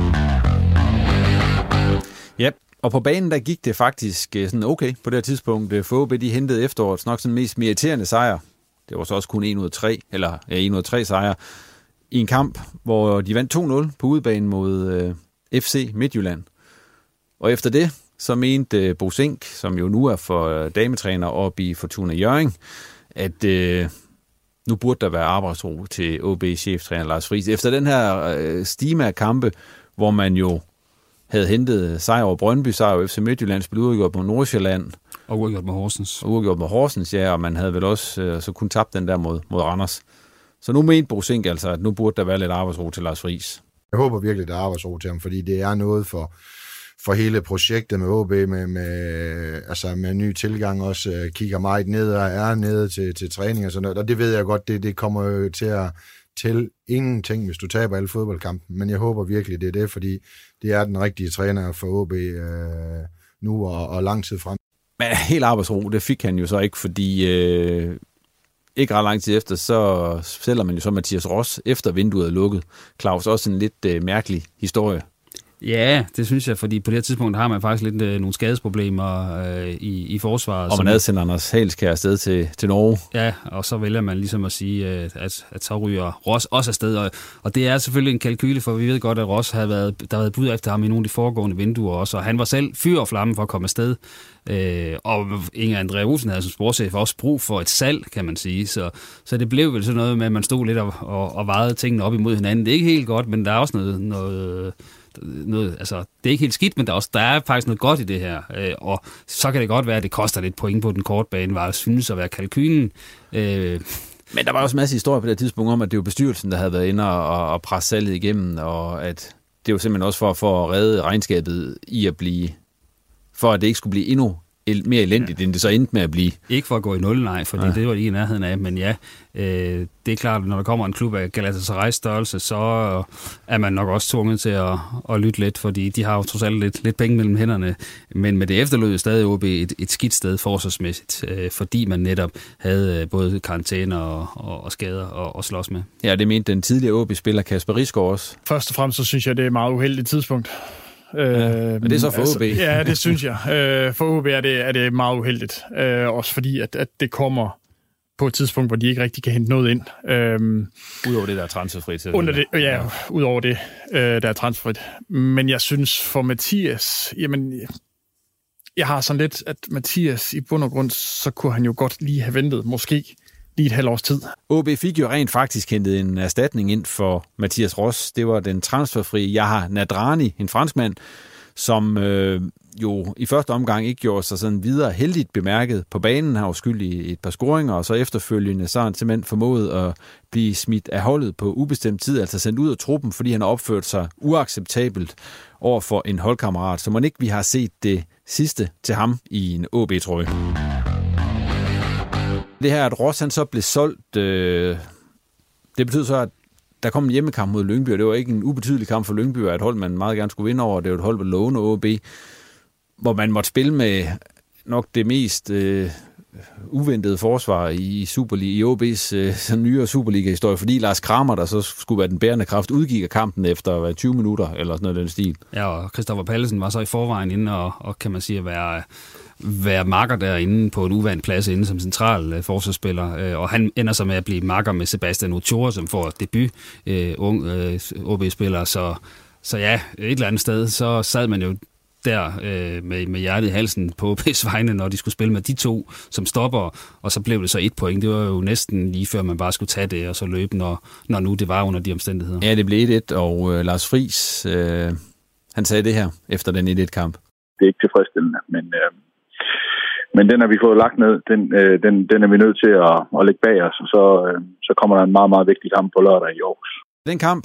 Ja, og på banen, der gik det faktisk sådan okay på det her tidspunkt. For O B, de hentede efterårets nok sådan mest meriterende sejr. Det var så også kun en ud af tre, eller ja, en ud af tre sejre, i en kamp, hvor de vandt to nul på udebane mod øh, F C Midtjylland. Og efter det, så mente øh, Bo Zink, som jo nu er for øh, dametræner oppe i Fortuna Hjørring, at øh, nu burde der være arbejdsro til O B-cheftræner Lars Friis. Efter den her øh, stime af kampe, hvor man jo havde hentet sejr over Brøndby, sejr over F C Midtjylland, spillet uafgjort mod Nordsjælland. Og uafgjort med Horsens. Og uafgjort med Horsens, ja, og man havde vel også øh, så kun tabt den der mod, mod Randers. Så nu mente Bo Zink altså, at nu burde der være lidt arbejdsro til Lars Friis. Jeg håber virkelig, der er arbejdsro til ham, fordi det er noget for, for hele projektet med O B, med, med, altså med ny tilgang også, øh, kigger meget ned og er nede til, til træning og sådan noget. Og det ved jeg godt, det, det kommer jo til at til ingenting, hvis du taber alle fodboldkampen. Men jeg håber virkelig, det er det, fordi det er den rigtige træner for O B øh, nu og, og lang tid frem. Men helt arbejdsro, det fik han jo så ikke, fordi øh, ikke ret lang tid efter, så sælger man jo så Mathias Ross, efter vinduet er lukket. Claus, også en lidt øh, mærkelig historie. Ja, det synes jeg, fordi på det her tidspunkt har man faktisk lidt øh, nogle skadesproblemer øh, i, i forsvaret. Og man havde sendt Anders Halskjær afsted til, til Norge. Ja, og så vælger man ligesom at sige, øh, at, at så ryger Ross også afsted. Og, og det er selvfølgelig en kalkyle, for vi ved godt, at Ross havde været, der havde været bud efter ham i nogle af de foregående vinduer også, og han var selv fyr og flamme for at komme afsted. Øh, og Inger Andrea Olsen havde som sportschef også brug for et salg, kan man sige. Så, så det blev vel sådan noget med, at man stod lidt og, og, og vejede tingene op imod hinanden. Det er ikke helt godt, men der er også noget... noget Noget, altså, det er ikke helt skidt, men der er, også, der er faktisk noget godt i det her. Øh, og så kan det godt være, at det koster lidt point på den korte bane, var jeg synes at være kalkylen. Øh. Men der var også en masse historie på det tidspunkt om, at det var bestyrelsen, der havde været inde og, og presse salget igennem, og at det var simpelthen også for, for at redde regnskabet i at blive, for at det ikke skulle blive endnu mere elendigt, ja. End det så endte med at blive. Ikke for at gå i nul, nej, fordi ja. Det var lige i nærheden af, men ja, øh, det er klart, at når der kommer en klub af Galatasaray's størrelse, så er man nok også tvunget til at, at lytte lidt, fordi de har jo trods alt lidt, lidt penge mellem hænderne, men med det efterlød stadig O B et, et skidt sted forsvarsmæssigt, øh, fordi man netop havde både karantæne og, og, og skader at, at slås med. Ja, det mente den tidligere O B-spiller Kasper Risgaard også. Først og fremmest så synes jeg, det er et meget uheldigt tidspunkt. Ja, men det er så for altså, O B. Ja, det synes jeg. Øh, for O B er det, er det meget uheldigt. Øh, også fordi, at, at det kommer på et tidspunkt, hvor de ikke rigtig kan hente noget ind. Øh, udover det, der er transferfrit. Under det, ja, ja, udover det, øh, der er transferfrit. Men jeg synes for Mathias, jamen, jeg har sådan lidt, at Mathias i bund og grund, så kunne han jo godt lige have ventet, måske lige et halvt års tid. O B fik jo rent faktisk hentet en erstatning ind for Mathias Ross. Det var den transferfri Yahya Nadrani, en franskmand, som øh, jo i første omgang ikke gjorde sig sådan videre heldigt bemærket på banen. Han var skyldig i et par scoringer, og så efterfølgende så han simpelthen formået at blive smidt af holdet på ubestemt tid, altså sendt ud af truppen, fordi han har opført sig uacceptabelt over for en holdkammerat. Så må ikke vi har set det sidste til ham i en O B-trøje. Det her, at Ross han så blev solgt, øh, det betyder så, at der kom en hjemmekamp mod Lyngby, og det var ikke en ubetydelig kamp for Lyngby, og et hold, man meget gerne skulle vinde over. Det var et hold med lovende O B, hvor man måtte spille med nok det mest øh, uventede forsvar i Superliga, i O B's øh, nyere Superliga-historie, fordi Lars Kramer, der så skulle være den bærende kraft, udgik af kampen efter tyve minutter, eller sådan noget den stil. Ja, og Christoffer Pallesen var så i forvejen inde, og, og kan man sige, at være, være makker derinde på en uvant plads inde som central øh, forsvarsspiller, øh, og han ender så med at blive makker med Sebastian Ochoa, som får debut, øh, ung øh, O B-spiller, så, så ja, et eller andet sted, så sad man jo der øh, med, med hjertet i halsen på O B's vegne, når de skulle spille med de to som stopper, og så blev det så et point. Det var jo næsten lige før man bare skulle tage det, og så løbe, når, når nu det var under de omstændigheder. Ja, det blev et et, og øh, Lars Friis, øh, han sagde det her efter den et et-kamp. Det er ikke tilfredsstillende, men, øh, men den har vi fået lagt ned. Den, øh, den, den er vi nødt til at, at lægge bag os, og så, øh, så kommer der en meget, meget vigtig kamp på lørdag i Aarhus. Den kamp,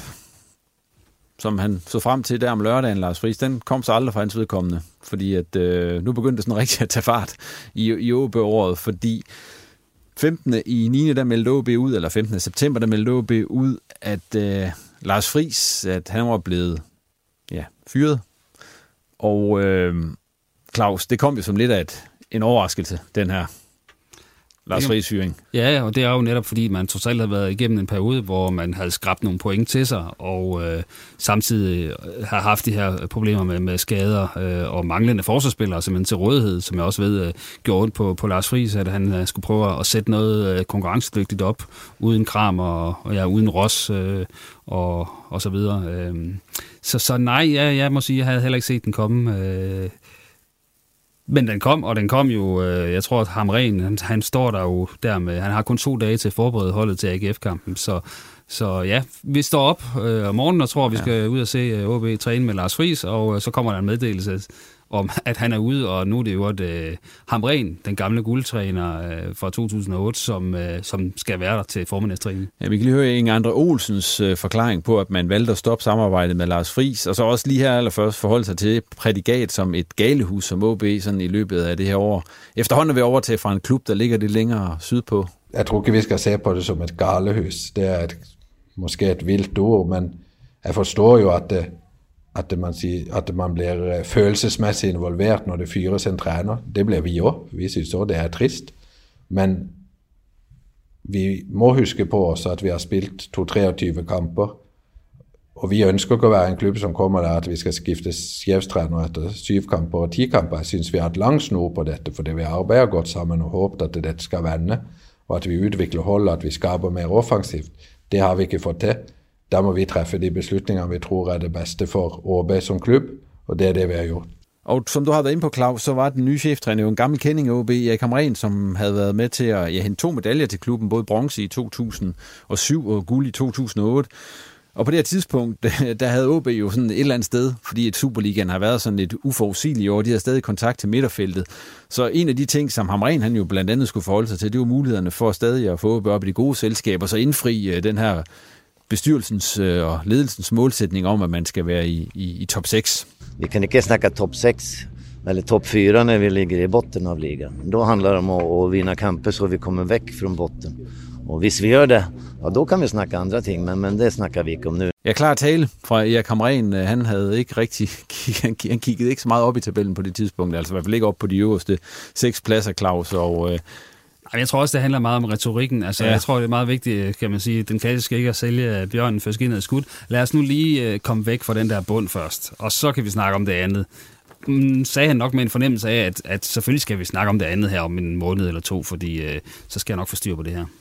som han så frem til der om lørdagen, Lars Friis, den kom så aldrig fra hans vedkommende, fordi at øh, nu begyndte det sådan rigtig at tage fart i, i O B-året, fordi femtende i niende der meldte O B ud, eller femtende september, der meldte O B ud, at øh, Lars Friis, at han var blevet ja, fyret, og øh, Claus, det kom jo som lidt af et, en overraskelse, den her Lars Friis fyring. Ja, og det er jo netop fordi, man totalt har været igennem en periode, hvor man havde skrabt nogle point til sig, og øh, samtidig har haft de her problemer med, med skader øh, og manglende forsvarsspillere, simpelthen til rådighed, som jeg også ved øh, gjorde ondt på, på Lars Friis, at han øh, skulle prøve at sætte noget øh, konkurrencedygtigt op, uden Kram og, og ja, uden Ross øh, og, og så videre. Øh. Så, så nej, ja, jeg må sige, jeg havde heller ikke set den komme. Øh. Men den kom, og den kom jo, øh, jeg tror, at Hamren, han, han står der jo der med, han har kun to dage til at forberede holdet til A G F-kampen, så, så ja, vi står op øh, om morgenen og tror, vi skal ja. ud og se øh, O B træne med Lars Friis, og øh, så kommer der en meddelelse om, at han er ude, og nu er det jo et øh, Hamren, den gamle guldtræner øh, fra to tusind og otte, som, øh, som skal være der til formiddagstræning. Ja, vi kan lige høre Inge Andre Olsens øh, forklaring på, at man valgte at stoppe samarbejdet med Lars Friis, og så også lige her allerførst forholde sig til prædikat som et galehus som O B sådan i løbet af det her år. Efterhånden er vi overtaget fra en klub, der ligger lidt længere sydpå. Jeg tror ikke, vi skal se på det som et galehus. Det er et, måske et vildt ord, men jeg forstår jo, at det At man, siger, at man bliver følelsesmæssigt involveret, når det fyres en træner. Det bliver vi jo. Vi synes så, det er trist. Men vi må huske på os, at vi har spillet to treogtyve kamper, og vi ønsker ikke at være en klub, som kommer der, at vi skal skifte chefstræner efter syv kamper og ti kamper. Jeg synes, vi har et langt snor på dette, for det vi arbejder godt sammen og håber, at det skal vende, og at vi udvikler hold, at vi skaber mere offensivt. Det har vi ikke fået til. Der må vi træffe de beslutninger, vi tror er det bedste for O B som klub, og det er det, vi har gjort. Og som du har været inde på, Claus, så var den nye cheftræner jo en gammel kending af O B, Erik Hamren, som havde været med til at ja, hente to medaljer til klubben, både bronze i to tusind og syv og guld i to tusind og otte. Og på det her tidspunkt, der havde O B jo sådan et eller andet sted, fordi et Superligaen har været sådan lidt uforudsigeligt år, de har stadig kontakt til midterfeltet. Så en af de ting, som Hamren han jo blandt andet skulle forholde sig til, det var mulighederne for stadig at få O B op i de gode selskaber, så indfri den her bestyrelsens og ledelsens målsætning om, at man skal være i, i, i top seks. Vi kan ikke snakke top seks eller top fyra när vi ligger i botten av ligan. Då handlar det om att, att vinna kamper så vi kommer väck från botten. Och hvis vi gör det, ja, då kan vi snakke andre ting, men, men det snakker vi ikke om nu. Ja, klar tale fra Erik Hamren. Han havde ikke rigtig, han kiggede ikke så meget op i tabellen på det tidspunkt, altså i hvert fald ikke op på de øverste seks pladser, Claus, og øh, jeg tror også, det handler meget om retorikken. Altså, ja. Jeg tror, det er meget vigtigt, kan man sige, den klassiske ikke at sælge bjørnen før skindet er skudt. Lad os nu lige komme væk fra den der bund først, og så kan vi snakke om det andet. Mm, sagde han nok med en fornemmelse af, at, at selvfølgelig skal vi snakke om det andet her om en måned eller to, fordi øh, så skal jeg nok få styr på det her.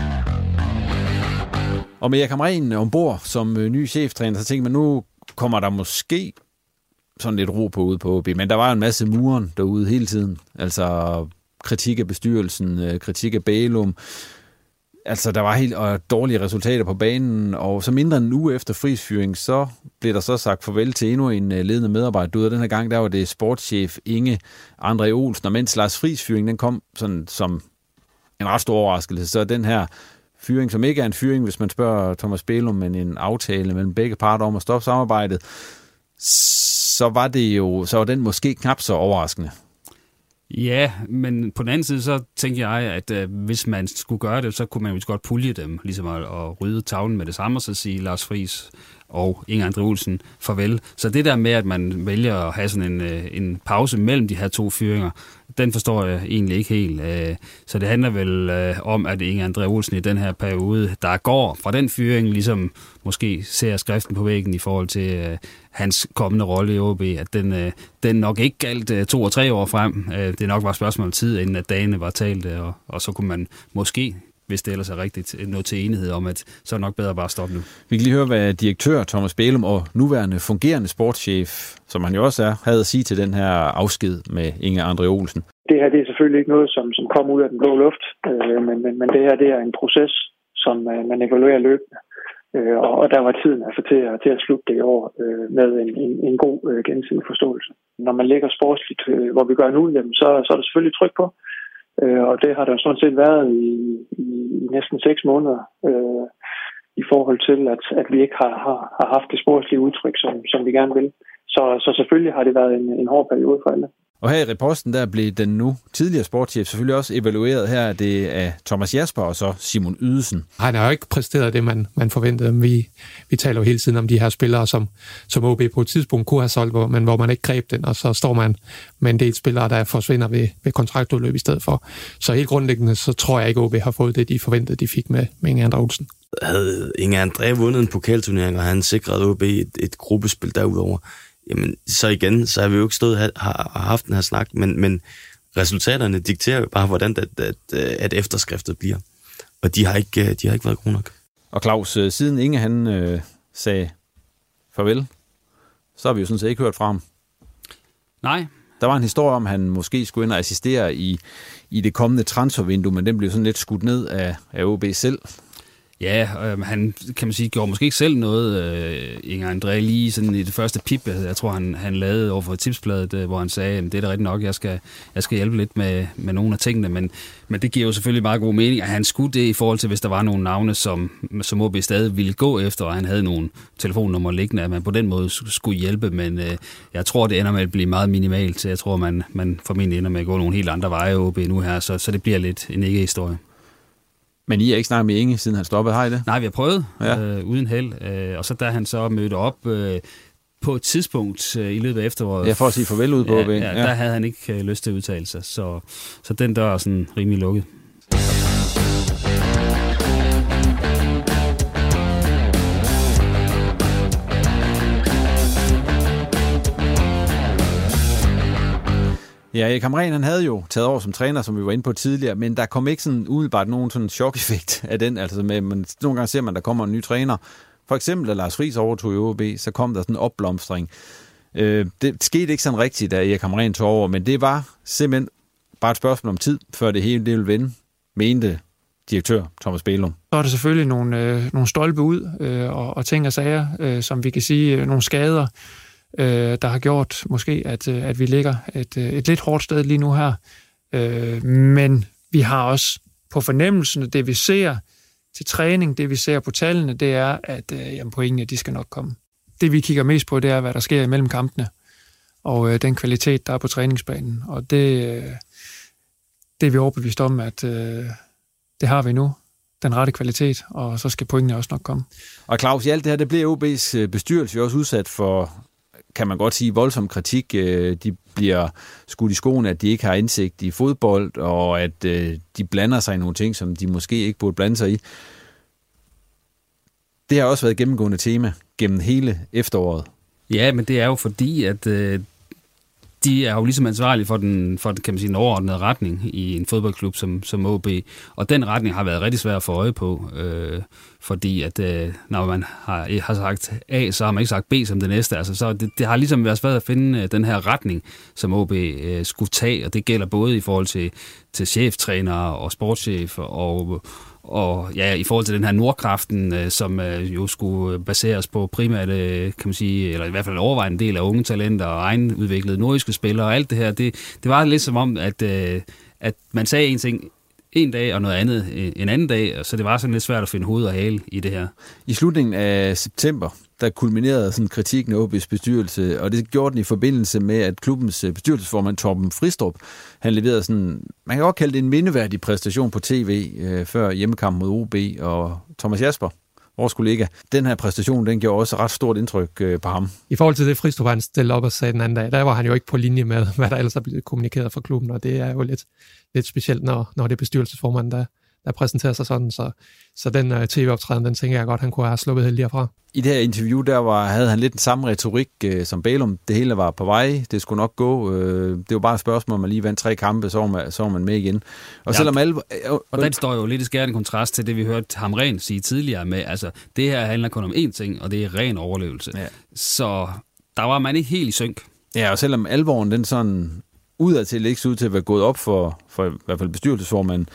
Og med Erik Hamren ombord som øh, ny cheftræner, så tænker man, nu kommer der måske sådan lidt ro på ude på O B, men der var jo en masse muren derude hele tiden. Altså kritik af bestyrelsen, kritik af Bælum. Altså, der var helt og dårlige resultater på banen, og så mindre end en uge efter Friis fyring, så blev der så sagt farvel til endnu en ledende medarbejder. Og den her gang, der var det sportschef Inge André Olsen, og mens Lars Friis fyring, den kom sådan som en ret stor overraskelse, så den her fyring, som ikke er en fyring, hvis man spørger Thomas Bælum, men en aftale mellem begge parter om at stoppe samarbejdet, så var det jo, så var den måske knap så overraskende. Ja, men på den anden side, så tænker jeg, at øh, hvis man skulle gøre det, så kunne man jo godt pulje dem, ligesom at, at rydde tavlen med det samme, og så sige Lars Friis og Inger André Olsen farvel. Så det der med, at man vælger at have sådan en, en pause mellem de her to fyringer, den forstår jeg egentlig ikke helt. Så det handler vel om, at Inger André Olsen i den her periode, der går fra den fyring, ligesom måske ser skriften på væggen i forhold til hans kommende rolle i O B, at den, den nok ikke galt to og tre år frem. Det nok var et spørgsmål om tid, inden at dagene var talt, og, og så kunne man måske, hvis det ellers er rigtigt, nå til enighed om, at så er nok bedre bare at stoppe nu. Vi kan lige høre, hvad direktør Thomas Bælum og nuværende fungerende sportschef, som han jo også er, havde at sige til den her afsked med Inger André Olsen. Det her det er selvfølgelig ikke noget, som, som kommer ud af den blå luft, øh, men, men, men det her det er en proces, som øh, man evaluerer løbende. Øh, og, og der var tiden altså til, til at slutte det i år øh, med en, en, en god øh, gensidig forståelse. Når man ligger sportsligt, øh, hvor vi gør nu, jamen, så, så er der selvfølgelig tryk på. Øh, og det har der sådan set været i, i, i næsten seks måneder øh, i forhold til, at, at vi ikke har, har, har haft det sportslige udtryk, som, som vi gerne vil. Så, så selvfølgelig har det været en, en hård periode for alle. Og her i reposten, der blev den nu tidligere sportschef selvfølgelig også evalueret. Her er det af Thomas Jasper og så Simon Ydesen. Han har jo ikke præsteret det, man, man forventede. Vi, vi taler jo hele tiden om de her spillere, som, som O B på et tidspunkt kunne have solgt, hvor, men hvor man ikke greb den, og så står man med en del spillere, der forsvinder ved, ved kontraktudløb i stedet for. Så helt grundlæggende, så tror jeg ikke, O B har fået det, de forventede, de fik med, med Inger André Olsen. Havde Inger André vundet en pokalturnering, og han sikrede O B et, et gruppespil derudover, jamen, så igen, så har vi jo ikke stået og har, har haft den her snak, men, men resultaterne dikterer jo bare, hvordan at, at, at efterskriftet bliver. Og de har ikke, de har ikke været gode nok. Og Claus, siden Inge han øh, sagde farvel, så har vi jo sådan set ikke hørt fra ham. Nej. Der var en historie om, at han måske skulle ind og assistere i, i det kommende transfervindue, men den blev sådan lidt skudt ned af, af O B selv. Ja, øh, han kan man sige, gjorde måske ikke selv noget, øh, Inger André, lige sådan i det første pip, jeg tror, han, han lavede over for Tipsbladet, øh, hvor han sagde, at det er da rigtigt nok, jeg skal, jeg skal hjælpe lidt med, med nogle af tingene, men, men det giver jo selvfølgelig meget god mening, at han skulle det i forhold til, hvis der var nogle navne, som, som O B stadig ville gå efter, og han havde nogle telefonnummer liggende, at man på den måde skulle hjælpe, men øh, jeg tror, det ender med at blive meget minimalt, så jeg tror, man, man formentlig ender med at gå nogle helt andre veje O B nu her, så, så det bliver lidt en ikke-historie. Men I har ikke snakket med Inge, siden han stoppede, har I det? Nej, vi har prøvet, ja. øh, uden held. Øh, og så da han så mødte op øh, på et tidspunkt øh, i løbet af efteråret... Ja, for at sige farvel ud på ja, O B. Ja, der havde han ikke øh, lyst til at udtale sig. Så, så den dør er sådan rimelig lukket. Ja, Erik Hamrén, han havde jo taget over som træner, som vi var inde på tidligere, men der kom ikke sådan umiddelbart nogen sådan chok-effekt af den. Altså med, man, nogle gange ser man, der kommer en ny træner. For eksempel, da Lars Friis overtog i O B, så kom der sådan en opblomstring. Øh, det skete ikke sådan rigtigt, da Erik Hamrén tog over, men det var simpelthen bare et spørgsmål om tid, før det hele det ville vende, mente direktør Thomas Bælum. Så er der selvfølgelig nogle, øh, nogle stolpe ud øh, og, og ting og sager, øh, som vi kan sige, øh, nogle skader, øh, der har gjort måske, at, øh, at vi ligger et, øh, et lidt hårdt sted lige nu her. Øh, men vi har også på fornemmelsen, det vi ser til træning, det vi ser på tallene, det er, at øh, jamen, pointene, de skal nok komme. Det vi kigger mest på, det er, hvad der sker imellem kampene, og øh, den kvalitet, der er på træningsbanen. Og det, øh, det er vi overbevist om, at øh, det har vi nu, den rette kvalitet, og så skal pointene også nok komme. Og Claus, i alt det her, det bliver O B's bestyrelse også udsat for, kan man godt sige, voldsom kritik. De bliver skudt i skoene, at de ikke har indsigt i fodbold, og at de blander sig i nogle ting, som de måske ikke burde blande sig i. Det har også været et gennemgående tema gennem hele efteråret. Ja, men det er jo fordi, at øh, de er jo ligesom ansvarlige for den, for, kan man sige, den overordnede retning i en fodboldklub som, som O B. Og den retning har været rigtig svær at få øje på, øh, fordi at øh, når man har, har sagt A, så har man ikke sagt B som det næste. Altså, så det, det har ligesom været svært at finde den her retning, som O B øh, skulle tage, og det gælder både i forhold til, til cheftrænere og sportschef og Og ja, i forhold til den her Nordkraften, øh, som øh, jo skulle baseres på primært, øh, kan man sige, eller i hvert fald en overvejende del af unge talenter og egenudviklede nordiske spillere og alt det her, det, det var lidt som om, at, øh, at man sagde en ting en dag og noget andet en anden dag, og så det var sådan lidt svært at finde hoved og hale i det her. I slutningen af september, der kulminerede sådan kritikken af O B's bestyrelse, og det gjorde den i forbindelse med, at klubbens bestyrelsesformand Torben Fristrup, han leverede sådan, man kan godt kalde det en mindeværdig præstation på tv øh, før hjemmekampen mod O B, og Thomas Jasper, vores kollega, den her præstation, den gjorde også ret stort indtryk øh, på ham. I forhold til det, Fristrup han stillede op og sagde den anden dag, der var han jo ikke på linje med, hvad der ellers er blevet kommunikeret fra klubben, og det er jo lidt, lidt specielt, når, når det er bestyrelsesformanden, der der præsenterer sig sådan, så, så den uh, tv-optræden, den tænker jeg godt, han kunne have sluppet heldigere fra. I det her interview, der var, havde han lidt den samme retorik uh, som Bælum. Det hele var på vej, det skulle nok gå. Uh, det var bare et spørgsmål, om man lige vandt tre kampe, så var man, så var man med igen. Og, ja, selvom alle, uh, og den står jo lidt i skærende kontrast til det, vi hørte Hamrén sige tidligere med, altså det her handler kun om én ting, og det er ren overlevelse. Ja. Så der var man ikke helt i synk. Ja, og selvom alvoren, den sådan udadtil ikke så ud til at være gået op for, for i hvert fald bestyrelsesformanden,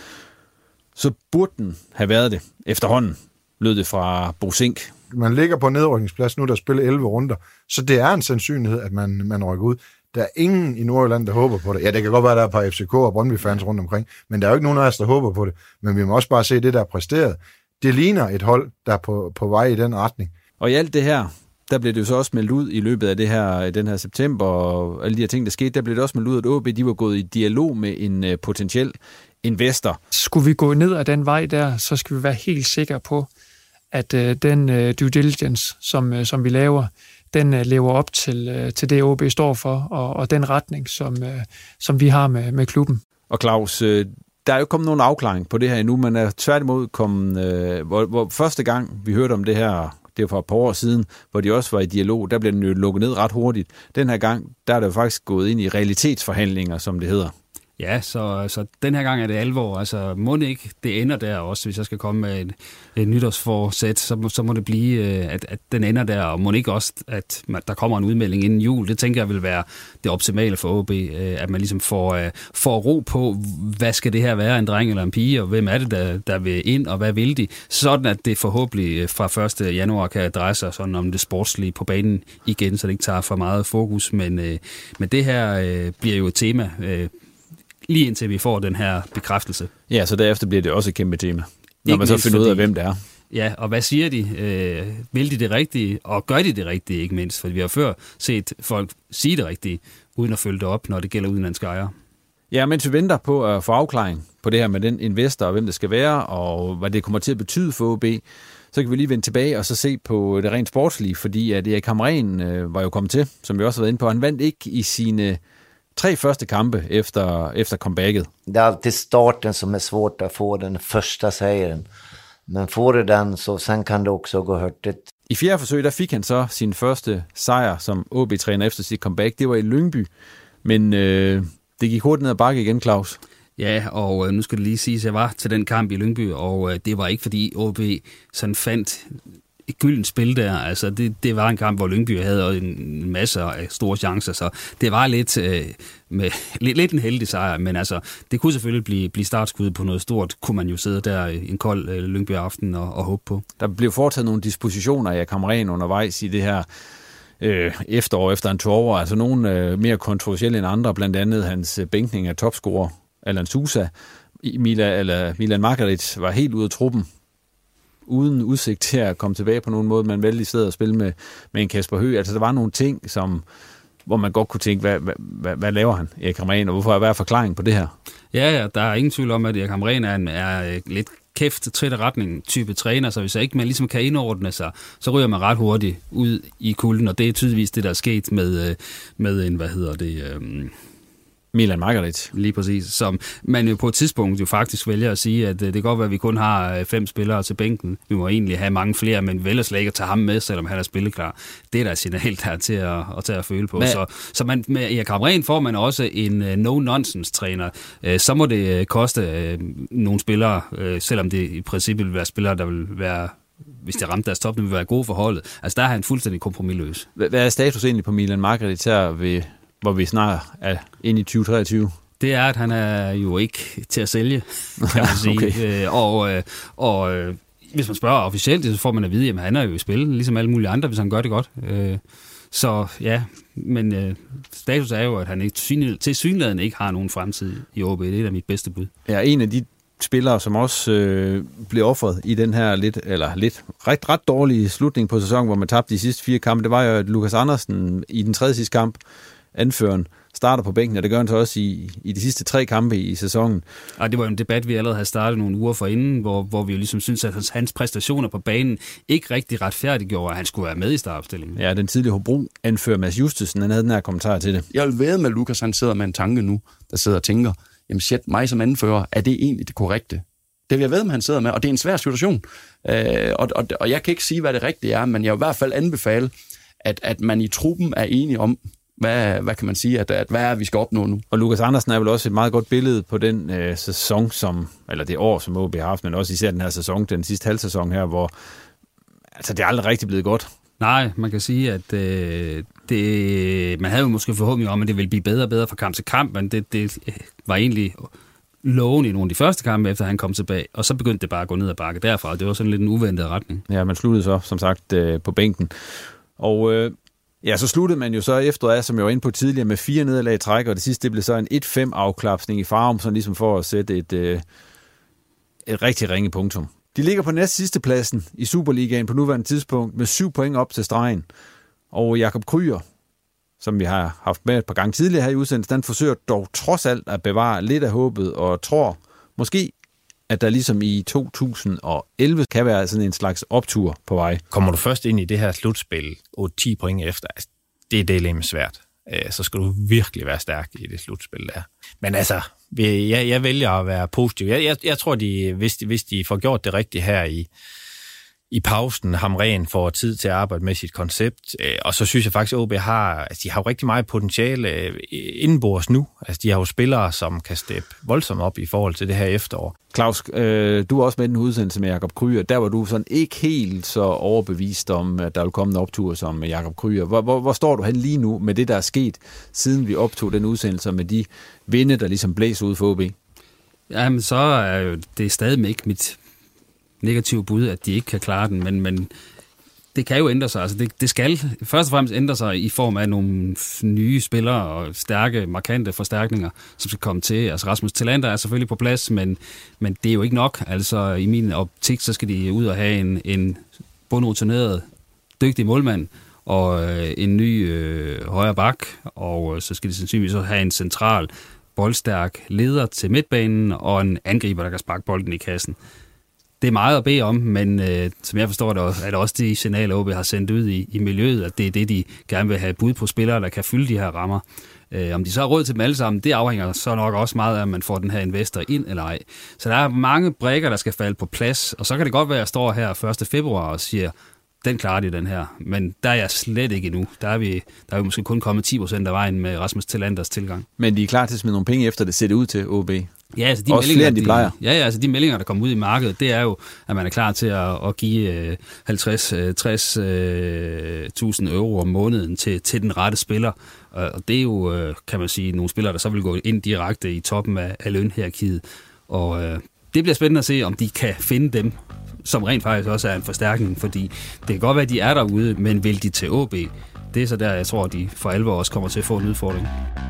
så burde den have været det efterhånden, lød det fra Bo Zink. Man ligger på nedrykningsplads nu, der spiller elleve runder, så det er en sandsynlighed, at man, man rykker ud. Der er ingen i Nordjylland, der håber på det. Ja, det kan godt være, at der er et par F C K og Brøndby-fans rundt omkring, men der er jo ikke nogen af os, der håber på det. Men vi må også bare se det, der er præsteret. Det ligner et hold, der er på, på vej i den retning. Og i alt det her, der blev det jo så også meldt ud i løbet af det her, den her september, og alle de her ting, der skete, der blev det også meldt ud, at O B, de var gået i dialog med en uh, potentiel investor. Skulle vi gå ned ad den vej der, så skal vi være helt sikre på, at øh, den øh, due diligence, som, øh, som vi laver, den øh, lever op til, øh, til det, O B står for, og, og den retning, som, øh, som vi har med, med klubben. Og Claus, øh, der er jo ikke kommet nogen afklaring på det her endnu, men er tværtimod kommet, øh, hvor, hvor første gang vi hørte om det her, det var for et par år siden, hvor de også var i dialog, der blev den jo lukket ned ret hurtigt. Den her gang, der er det jo faktisk gået ind i realitetsforhandlinger, som det hedder. Ja, så, så den her gang er det alvor. Altså, må det ikke, det ender der også, hvis jeg skal komme med et, et nytårsforsæt, så, så må det blive, at, at den ender der, og må det ikke også, at der kommer en udmelding inden jul. Det tænker jeg vil være det optimale for O B, at man ligesom får, får ro på, hvad skal det her være, en dreng eller en pige, og hvem er det, der, der vil ind, og hvad vil de? Sådan, at det forhåbentlig fra første januar kan dreje sig sådan om det sportslige på banen igen, så det ikke tager for meget fokus. Men, men det her bliver jo et tema, lige indtil vi får den her bekræftelse. Ja, så derefter bliver det også et kæmpe tema, når ikke man så finder ud af, hvem det er. Ja, og hvad siger de? Øh, vil de det rigtige, og gør de det rigtige, ikke mindst? For vi har før set folk sige det rigtige, uden at følge det op, når det gælder udenlandske ejere. Ja, mens vi venter på at få afklaring på det her med den investor, og hvem det skal være, og hvad det kommer til at betyde for O B, så kan vi lige vende tilbage og så se på det rent sportslige, fordi at Erik Hamrén øh, var jo kommet til, som vi også har været inde på. Han vandt ikke i sine tre første kampe efter, efter comebacket. Det er alltid starten som er svårt at få den første sejren. Men får du den, så sen kan det også gå hurtigt. I fjerde forsøg, der fik han så sin første sejr som O B-træner efter sit comeback. Det var i Lyngby, men øh, det gik hurtigt ned ad bakke igen, Claus. Ja, og øh, nu skal det lige siges, at jeg var til den kamp i Lyngby, og øh, det var ikke fordi O B sådan fandt et gyldent spil der. Altså, det, det var en kamp, hvor Lyngby havde en masse af store chancer, så det var lidt, øh, med, lidt, lidt en heldig sejr, men altså, det kunne selvfølgelig blive, blive startskud på noget stort, kunne man jo sidde der en kold øh, Lyngby-aften og, og håbe på. Der blev foretaget nogle dispositioner af Hamrén undervejs i det her øh, efterår, efter han tog over, altså nogle øh, mere kontroversielle end andre, blandt andet hans bænkning af topscorer, Alan Sousa. Milan, eller Milan Margarit var helt ude af truppen, uden udsigt til at komme tilbage på nogen måde. Man valgte i stedet at spille med, med en Kasper Høgh. Altså, der var nogle ting, som, hvor man godt kunne tænke, hvad, hvad, hvad, hvad laver han, Erik Hamrén, og hvorfor er der forklaring på det her? Ja, ja, der er ingen tvivl om, at Erik Hamrén er, en, er lidt kæft, træt retning type træner, så hvis jeg ikke man ligesom kan indordne sig, så ryger man ret hurtigt ud i kulden, og det er tydeligvis det, der er sket med, med en, hvad hedder det... Øhm Milan Margarit. Lige præcis. Som man jo på et tidspunkt jo faktisk vælger at sige, at det kan godt være, at vi kun har fem spillere til bænken. Vi må egentlig have mange flere, men vi vælger slet ikke at tage ham med, selvom han er spilleklar. Det er der signal der til at, at tage at føle på. Men, så så man, med Erik Hamrén får man også en uh, no-nonsense-træner. Uh, så må det uh, koste uh, nogle spillere, uh, selvom det i princippet vil være spillere, der vil være, hvis de ramte deres top, vil være gode for holdet. Altså der er han fuldstændig kompromisløs. Hvad er status egentlig på Milan Margarit her ved, hvor vi snart er inde i tyve treogtyve? Det er, at han er jo ikke til at sælge, kan man sige. Okay. Øh, og øh, og øh, hvis man spørger officielt, så får man at vide, at han er jo i spil, ligesom alle mulige andre, hvis han gør det godt. Øh, så ja, men øh, status er jo, at han ikke, til synligheden ikke har nogen fremtid i O B. Det er da mit bedste bud. Ja, en af de spillere, som også øh, blev offret i den her lidt, eller lidt ret, ret dårlige slutning på sæsonen, hvor man tabte de sidste fire kampe. Det var jo, at Lukas Andersen i den tredje sidste kamp, anføreren, starter på bænken, og det gør han så også i, i de sidste tre kampe i, i sæsonen. Og det var en debat, vi allerede havde startet nogle uger forinden, hvor, hvor vi jo ligesom synes, at hans, hans præstationer på banen ikke rigtig retfærdiggjorde, at han skulle være med i startopstillingen. Ja, den tidlige Hobro-anfører Mads Justesen, han havde den her kommentar til det. Jeg vil ved med, at Lukas han sidder med en tanke nu, der sidder og tænker, jamen shit, mig som anfører, er det egentlig det korrekte? Det vil jeg ved med, han sidder med, og det er en svær situation. Øh, og, og, og jeg kan ikke sige, hvad det rigtige er, men jeg vil i hvert fald anbefale, at, at man i truppen er enige om, Hvad, hvad kan man sige, at, at hvad er, vi skal opnå nu? Og Lukas Andersen er vel også et meget godt billede på den øh, sæson, som, eller det år, som O B har haft, men også især den her sæson, den sidste halvsæson her, hvor altså, det er aldrig rigtig blevet godt. Nej, man kan sige, at øh, det, man havde jo måske forhåbentlig om, at det ville blive bedre og bedre fra kamp til kamp, men det, det var egentlig loven i nogle af de første kampe, efter han kom tilbage, og så begyndte det bare at gå ned ad bakke derfra, og det var sådan lidt en uventet retning. Ja, man sluttede så, som sagt, øh, på bænken. Og øh, ja, så sluttede man jo så efter, som jeg var inde på tidligere, med fire nederlag i træk, og det sidste det blev så en et fem afklapsning i Farum, sådan ligesom for at sætte et, øh, et rigtig ringe punktum. De ligger på næst sidste pladsen i Superligaen på nuværende tidspunkt med syv point op til stregen. Og Jakob Kryer, som vi har haft med et par gange tidligere her i udsendelsen, den forsøger dog trods alt at bevare lidt af håbet, og tror måske, at der ligesom i to tusind og elleve kan være sådan en slags optur på vej. Kommer du først ind i det her slutspil otte ti point efter, altså, det er det svært. Så skal du virkelig være stærk i det slutspil der. Men altså, jeg, jeg vælger at være positiv. Jeg, jeg, jeg tror, de, hvis, de, hvis de får gjort det rigtigt her i, i pausen, Hamren får tid til at arbejde med sit koncept, og så synes jeg faktisk, at O B har, altså, de har jo rigtig meget potentiale indenbords nu. Altså, de har jo spillere, som kan steppe voldsomt op i forhold til det her efterår. Claus, øh, du var også med den udsendelse med Jakob Kryer. Der var du sådan ikke helt så overbevist om, at der ville komme en optur som Jakob Kryer. Hvor, hvor, hvor står du hen lige nu med det, der er sket, siden vi optog den udsendelse med de vinde, der ligesom blæser ud for O B? Jamen, så er jo det stadig ikke mit negative bud, at de ikke kan klare den, men, men det kan jo ændre sig. Altså det, det skal først og fremmest ændre sig i form af nogle nye spillere og stærke, markante forstærkninger, som skal komme til. Altså Rasmus Tillander er selvfølgelig på plads, men, men det er jo ikke nok. Altså i min optik, så skal de ud og have en, en bundrutineret, dygtig målmand og øh, en ny øh, højre bak, og øh, så skal de sandsynligvis også have en central, boldstærk leder til midtbanen og en angriber, der kan sparke bolden i kassen. Det er meget at bede om, men øh, som jeg forstår det, er det også de signaler, O B har sendt ud i, i miljøet, at det er det, de gerne vil have bud på spillere, der kan fylde de her rammer. Øh, om de så har råd til dem alle sammen, det afhænger så nok også meget af, om man får den her investor ind eller ej. Så der er mange brikker, der skal falde på plads, og så kan det godt være, at jeg står her første februar og siger, den klarer de, den her. Men der er jeg slet ikke endnu. Der er vi, der er vi måske kun kommet ti procent af vejen med Rasmus Tillanders tilgang. Men de er klar til at smide nogle penge efter det, ser det ud til O B? Ja, altså de også meldinger, flere, end de plejer. De, ja, ja, altså de meldinger, der kommer ud i markedet, det er jo, at man er klar til at, at give halvtreds til tres tusind euro om måneden til, til den rette spiller. Og det er jo, kan man sige, nogle spillere, der så vil gå ind direkte i toppen af, af lønhierarkiet. Og det bliver spændende at se, om de kan finde dem, som rent faktisk også er en forstærkning, fordi det kan godt være, at de er derude, men vil de til O B? Det er så der, jeg tror, at de for alvor også kommer til at få en udfordring.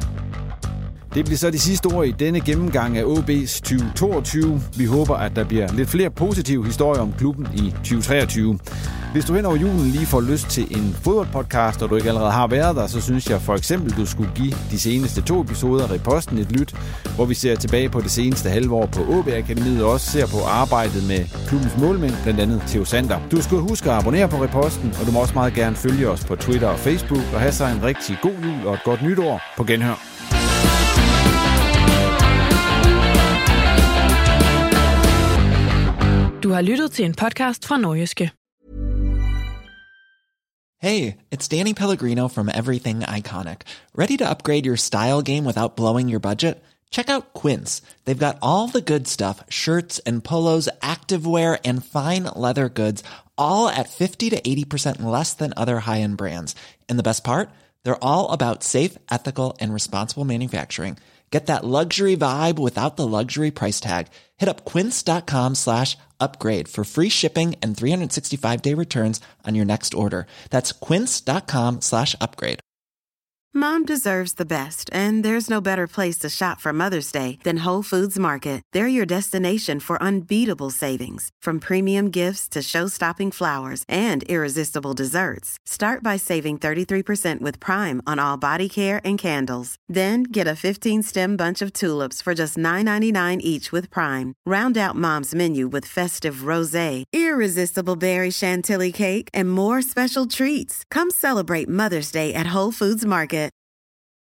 Det bliver så de sidste ord i denne gennemgang af O B's tyve toogtyve. Vi håber, at der bliver lidt flere positive historier om klubben i tyve treogtyve. Hvis du hen over julen lige får lyst til en fodboldpodcast, og du ikke allerede har været der, så synes jeg for eksempel, du skulle give de seneste to episoder af Reposten et lyt, hvor vi ser tilbage på det seneste halve år på O B-akademiet og også ser på arbejdet med klubbens målmænd, blandt andet Theo Sander. Du skal huske at abonnere på Reposten, og du må også meget gerne følge os på Twitter og Facebook og have sig en rigtig god jul og et godt nytår. På genhør. Du har lyttet til en podcast fra Nordjyske. Hey, it's Danny Pellegrino from Everything Iconic. Ready to upgrade your style game without blowing your budget? Check out Quince. They've got all the good stuff, shirts and polos, activewear and fine leather goods, all at fifty to eighty percent less than other high-end brands. And the best part? They're all about safe, ethical and responsible manufacturing. Get that luxury vibe without the luxury price tag. Hit up quince.com slash upgrade for free shipping and three sixty-five day returns on your next order. That's quince.com slash upgrade. Mom deserves the best, and there's no better place to shop for Mother's Day than Whole Foods Market. They're your destination for unbeatable savings, from premium gifts to show-stopping flowers and irresistible desserts. Start by saving thirty-three percent with Prime on all body care and candles. Then get a fifteen-stem bunch of tulips for just nine ninety-nine each with Prime. Round out Mom's menu with festive rosé, irresistible berry chantilly cake, and more special treats. Come celebrate Mother's Day at Whole Foods Market.